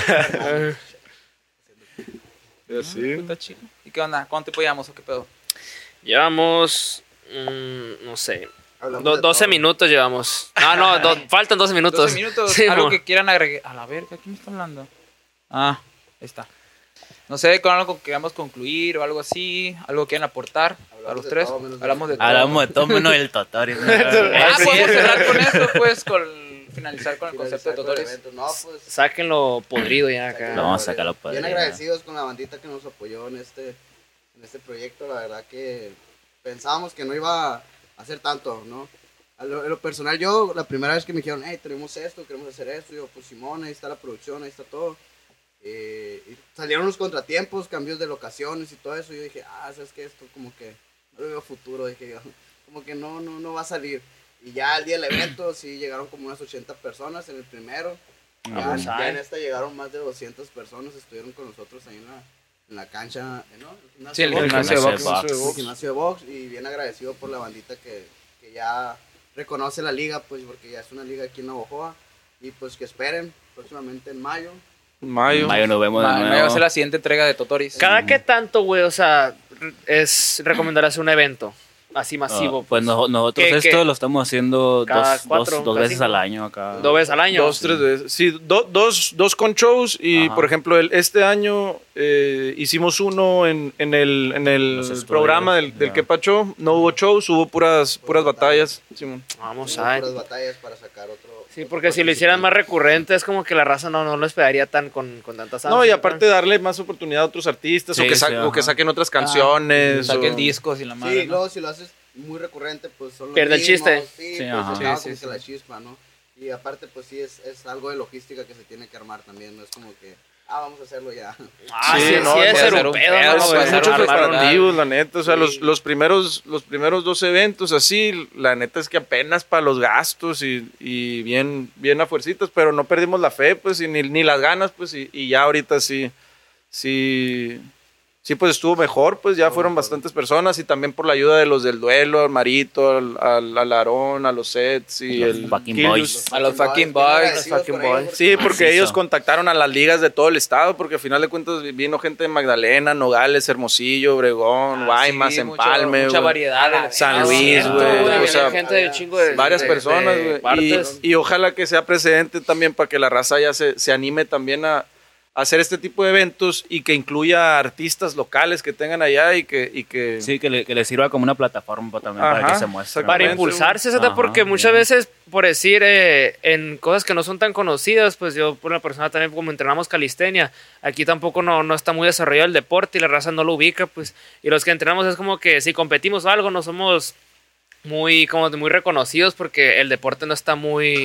Así. Está chido. ¿Y qué onda? ¿Cuánto tiempo llevamos o qué pedo? Llevamos, no sé, Hablamos de 12 todo. minutos llevamos. Faltan 12 minutos. 12 minutos. Sí, algo mo. que quieran agregar. A la verga, ¿quién me está hablando? Ah, ahí está. No sé, con algo que queramos concluir o algo así. Algo que quieran aportar a los de tres. todo, menos de- Hablamos de todo. Hablamos de todo menos del Totori. Ah, podemos cerrar con eso, pues, finalizar con el concepto de Finalizar con el Totoris. evento. No, pues. Sáquenlo podrido ya acá. No, vamos a sacarlo por Bien ahí, agradecidos con la bandita que nos apoyó en este proyecto. La verdad que pensábamos que no iba a hacer tanto, ¿no? En lo personal, yo, la primera vez que me dijeron, hey, tenemos esto, queremos hacer esto, yo, pues Simón, ahí está la producción, ahí está todo. Y salieron los contratiempos, cambios de locaciones y todo eso. Y yo dije, ¿sabes qué? Esto como que no le veo futuro, dije yo, como que no va a salir. Y ya al día del evento sí llegaron como unas 80 personas en el primero. Ya, pues, ya en esta llegaron más de 200 personas, estuvieron con nosotros ahí en la cancha, ¿no? Sí, el box. gimnasio de box. El gimnasio de box, y bien agradecido por la bandita que ya reconoce la liga, pues porque ya es una liga aquí en Navojoa, y pues que esperen próximamente en mayo. Mayo. En mayo nos vemos de Va a nuevo. ser la siguiente entrega de Totoris. ¿Cada qué tanto, güey? O sea, es recomendar hacer un evento. así masivo. Pues nosotros ¿Qué? esto lo estamos haciendo Cada cuatro, dos cada veces cinco. al año acá. 2 veces al año. 2-3 veces. Sí, dos con shows y, Ajá. por ejemplo, este año hicimos uno en el Los estudios, programa del ya. Que Pacho. No hubo shows, hubo puras batallas. Simón. Vamos Hubo a ver. puras batallas para sacar otro. Sí, porque si lo hicieran más recurrente es como que la raza no lo esperaría tan con tantas No, y aparte darle más oportunidad a otros artistas Sí, o, que sí, o que ajá. saquen otras canciones. Saquen o- discos y la madre. Sí, ¿no? luego si lo haces muy recurrente, pues son los Pierde el mismos, chiste. Sí, Sí, pues ajá. acaba Sí, como sí, que la chispa, ¿no? Y aparte, pues sí, es algo de logística que se tiene que armar también. No es como que, vamos a hacerlo ya. Ah, Sí, sí, no, sí, puede es ser ser un un pedo, pedo, ¿no? puede güey? ser Muchos un Armar una- preparativos, la neta. O sea, Sí. los primeros dos eventos así, la neta es que apenas para los gastos y bien a fuercitas, pero no perdimos la fe, pues, y ni las ganas, pues, y ya ahorita sí, pues estuvo mejor, pues ya fueron bastantes personas y también por la ayuda de los del duelo, al Marito, al Aarón, a los Sets y Los el fucking Kilius. boys. A los fucking bien boys, agradecidos fucking por ellos, boys. Sí, porque Macizo. ellos contactaron a las ligas de todo el estado, porque al final de cuentas vino gente de Magdalena, Nogales, Hermosillo, Obregón, Guaymas, sí, Empalme, mucha güey. variedad. San Ah, Luis, cierto, güey, o sea, gente de chingo de varias personas, de güey. partes. Y ojalá que sea precedente también para que la raza ya se anime también a hacer este tipo de eventos y que incluya artistas locales que tengan allá y que Sí, que le sirva como una plataforma también para Ajá, que se muestre. Para exactamente. impulsarse, ¿sabes? Ajá, Porque muchas bien. veces, por decir, en cosas que no son tan conocidas, pues yo, por una persona también, como entrenamos calistenia, aquí tampoco no está muy desarrollado el deporte y la raza no lo ubica, pues. Y los que entrenamos es como que si competimos o algo, no somos muy reconocidos porque el deporte no está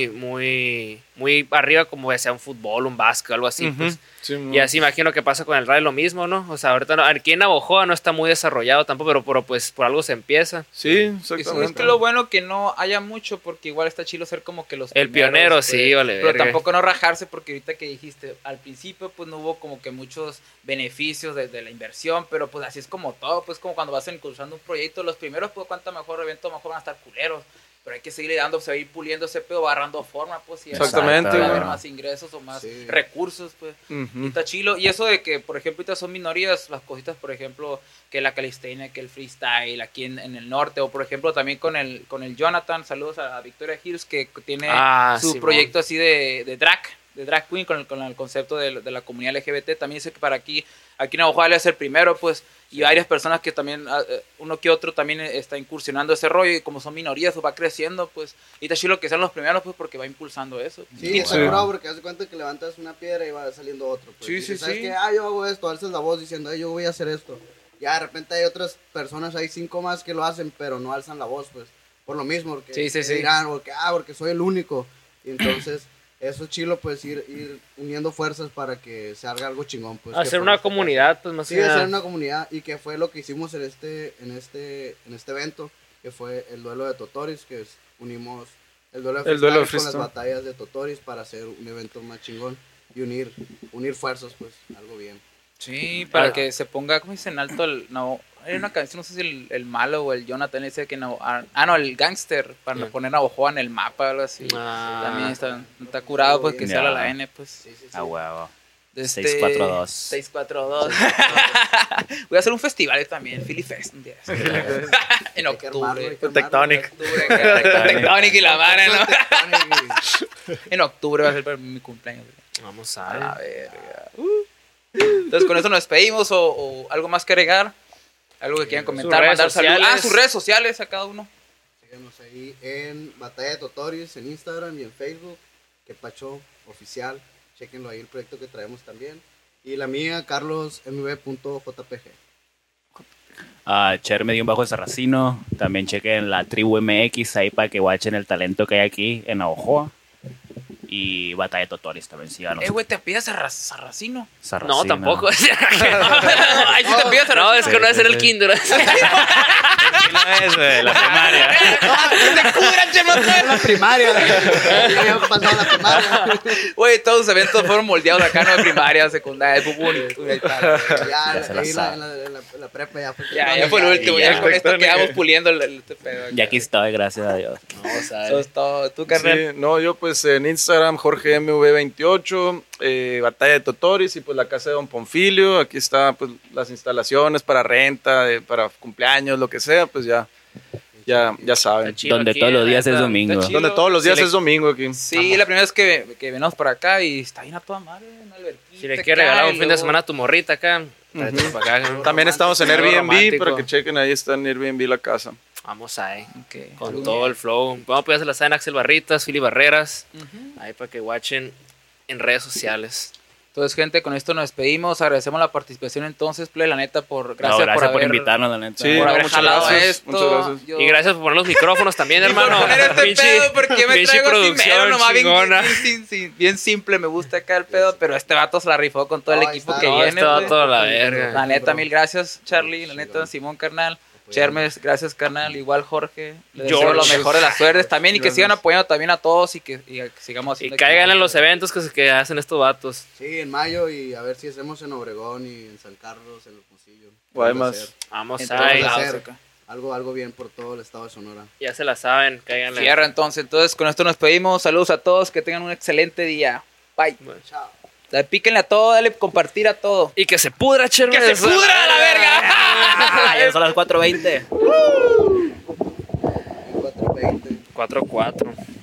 muy arriba como sea un fútbol, un básquet, algo así, Ujú, pues. sí, Y así imagino que pasa con el rally lo mismo, ¿no? O sea, ahorita aquí en Navojoa no está muy desarrollado tampoco, pero pues por algo se empieza. Sí, Y exactamente. es que lo bueno que no haya mucho, porque igual está chido ser como que los El primeros, pionero, pues. sí, vale, Pero verga. tampoco no rajarse, porque ahorita que dijiste, al principio pues no hubo como que muchos beneficios de la inversión, pero pues así es como todo, pues como cuando vas impulsando un proyecto, los primeros pues cuanto mejor evento, mejor van a estar culeros. Pero hay que seguir dándose, a ir puliendo ese pedo, agarrando forma, pues. Y Exactamente, para güey. haber más ingresos o más Sí. recursos, pues. Y Ujú. está chilo. Y eso de que, por ejemplo, ahorita son minorías, las cositas, por ejemplo, que la calistenia, que el freestyle aquí en el norte, o por ejemplo también con el Jonathan, saludos a Victoria Hills, que tiene su Simón. proyecto así de drag queen con el concepto de la comunidad LGBT. También dice que para aquí en Navojoa es el primero, pues, y varias personas que también, uno que otro también está incursionando ese rollo, y como son minorías, pues va creciendo, pues, y está chido que sean los primeros, pues, porque va impulsando eso. Sí, Y- está curado porque haz de cuenta que levantas una piedra y va saliendo otro. Pues. Sí, Y sí, sabes sí. que, yo hago esto, alzas la voz diciendo, yo voy a hacer esto. Ya de repente hay otras personas, hay 5 más que lo hacen, pero no alzan la voz, pues, por lo mismo, porque Sí, sí, que sí. dirán, porque soy el único. Y entonces, eso es chilo, pues, ir uniendo fuerzas para que se haga algo chingón, pues. que Hacer fue una en este comunidad, pues más Sí, que de nada. ser una comunidad y que fue lo que hicimos en este evento, que fue el duelo de Totoris, que unimos el duelo de El duelo de freestyle con las freestyle. batallas de Totoris para hacer un evento más chingón y unir fuerzas, pues, algo bien. Sí, para Ah. que se ponga, ¿cómo dice? En alto el... No, hay una canción, no sé si el malo o el Jonathan dice que no... no, el gangster, para Yeah. poner Navojoa en el mapa o algo así. Ah. También está curado, pues, que Ya. sea la N, pues. Sí, sí, sí. A huevo. De 642. 642. Voy a hacer un festival también, Philly Fest, un día. En Hay que armarlo, octubre. hay que armarlo. Tectonic. Tectonic y la madre, ¿no? Tectonic En octubre va a ser mi cumpleaños. Vamos A la a ver. verga. Entonces, con eso nos despedimos o algo más que agregar. Algo que quieran comentar, redes mandar saludos. sociales. Sus redes sociales a cada uno. Síganos ahí en Batalla de Totoris en Instagram y en Facebook, que Pacho Oficial. Chequenlo ahí el proyecto que traemos también. Y la mía, carlosmb.jpg. Cherme-bajo Sarracino. También chequen la tribu MX ahí para que watchen el talento que hay aquí en Navojoa. Y Batalla de Totoris también, síganos. Güey, te pidas Sarracino. Sarracino. No, tampoco. Ahí sí te pidas No, Sarracino. es que no es en el kinder. No es, güey, la primaria. ¡Te cubran, chema! La primaria. Ya había pasado la primaria. Güey, todos los eventos fueron moldeados acá, no de primaria, secundaria, y tal. Ya, se la ahí sabe. en la prepa ya fue. Ya fue el último, ya. ya con esto quedamos puliendo este pedo. Y aquí estoy, gracias a Dios. Vamos a Eso es todo. ¿Tú, carnal? Sí, no, yo pues en Instagram, JorgeMV28, Batalla de Totoris y pues la casa de Don Ponfilio. Aquí está pues las instalaciones para renta, para cumpleaños, lo que sea, pues ya Ya saben. Está chido Donde aquí, todos los días neta. es domingo. Está chido. Donde todos los días Sí, le- es domingo aquí. Sí, la primera vez que venimos para acá y está bien a toda madre, una alberquita Si le quieres regalar acá, un y fin de luego- semana a tu morrita acá, tráete para acá. También estamos en Algo Airbnb, romántico. para que chequen, ahí está en Airbnb la casa. Vamos ahí. Ok. Con todo el flow. Vamos, pues ya se la saben Axel Barritas, Philly Barreras. Ahí para que watchen en redes sociales. Entonces, gente, con esto nos despedimos. Agradecemos la participación entonces, Play, la neta, gracias, Gracias por haber, invitarnos, la neta. Sí, por no, haber muchas jalado gracias, esto. muchas gracias. Yo- Y gracias por poner los micrófonos también, Y por hermano. poner este Pinche- pedo, porque me pinche traigo así producción mero, nomás chingona. bien simple, me gusta acá el pedo, pero este vato se la rifó con todo el No, ahí equipo está, que no, viene. Este va güey. toda la verga. La neta, mil gracias, Charlie, la neta, Simón, carnal. Chermes, gracias, carnal. Igual, Jorge. Les deseo George. lo mejor de las suertes también y que Gracias. sigan apoyando también a todos y que sigamos Y haciendo. caigan en los eventos que hacen estos vatos. Sí, en mayo y a ver si hacemos en Obregón y en San Carlos, en Hermosillo. O además- Vamos a hacer Vamos En todos ahí. lados hacer. acá. algo bien por todo el estado de Sonora. Ya se la saben, cáiganle. Cierra entonces con esto nos pedimos. Saludos a todos, que tengan un excelente día. Bye. Bueno. Chao. Píquenle a todo, dale compartir a todo. Y que se pudra, Chermes. ¡Que se pudra la verga! Ya son las 4:20. 4:20. 4-4.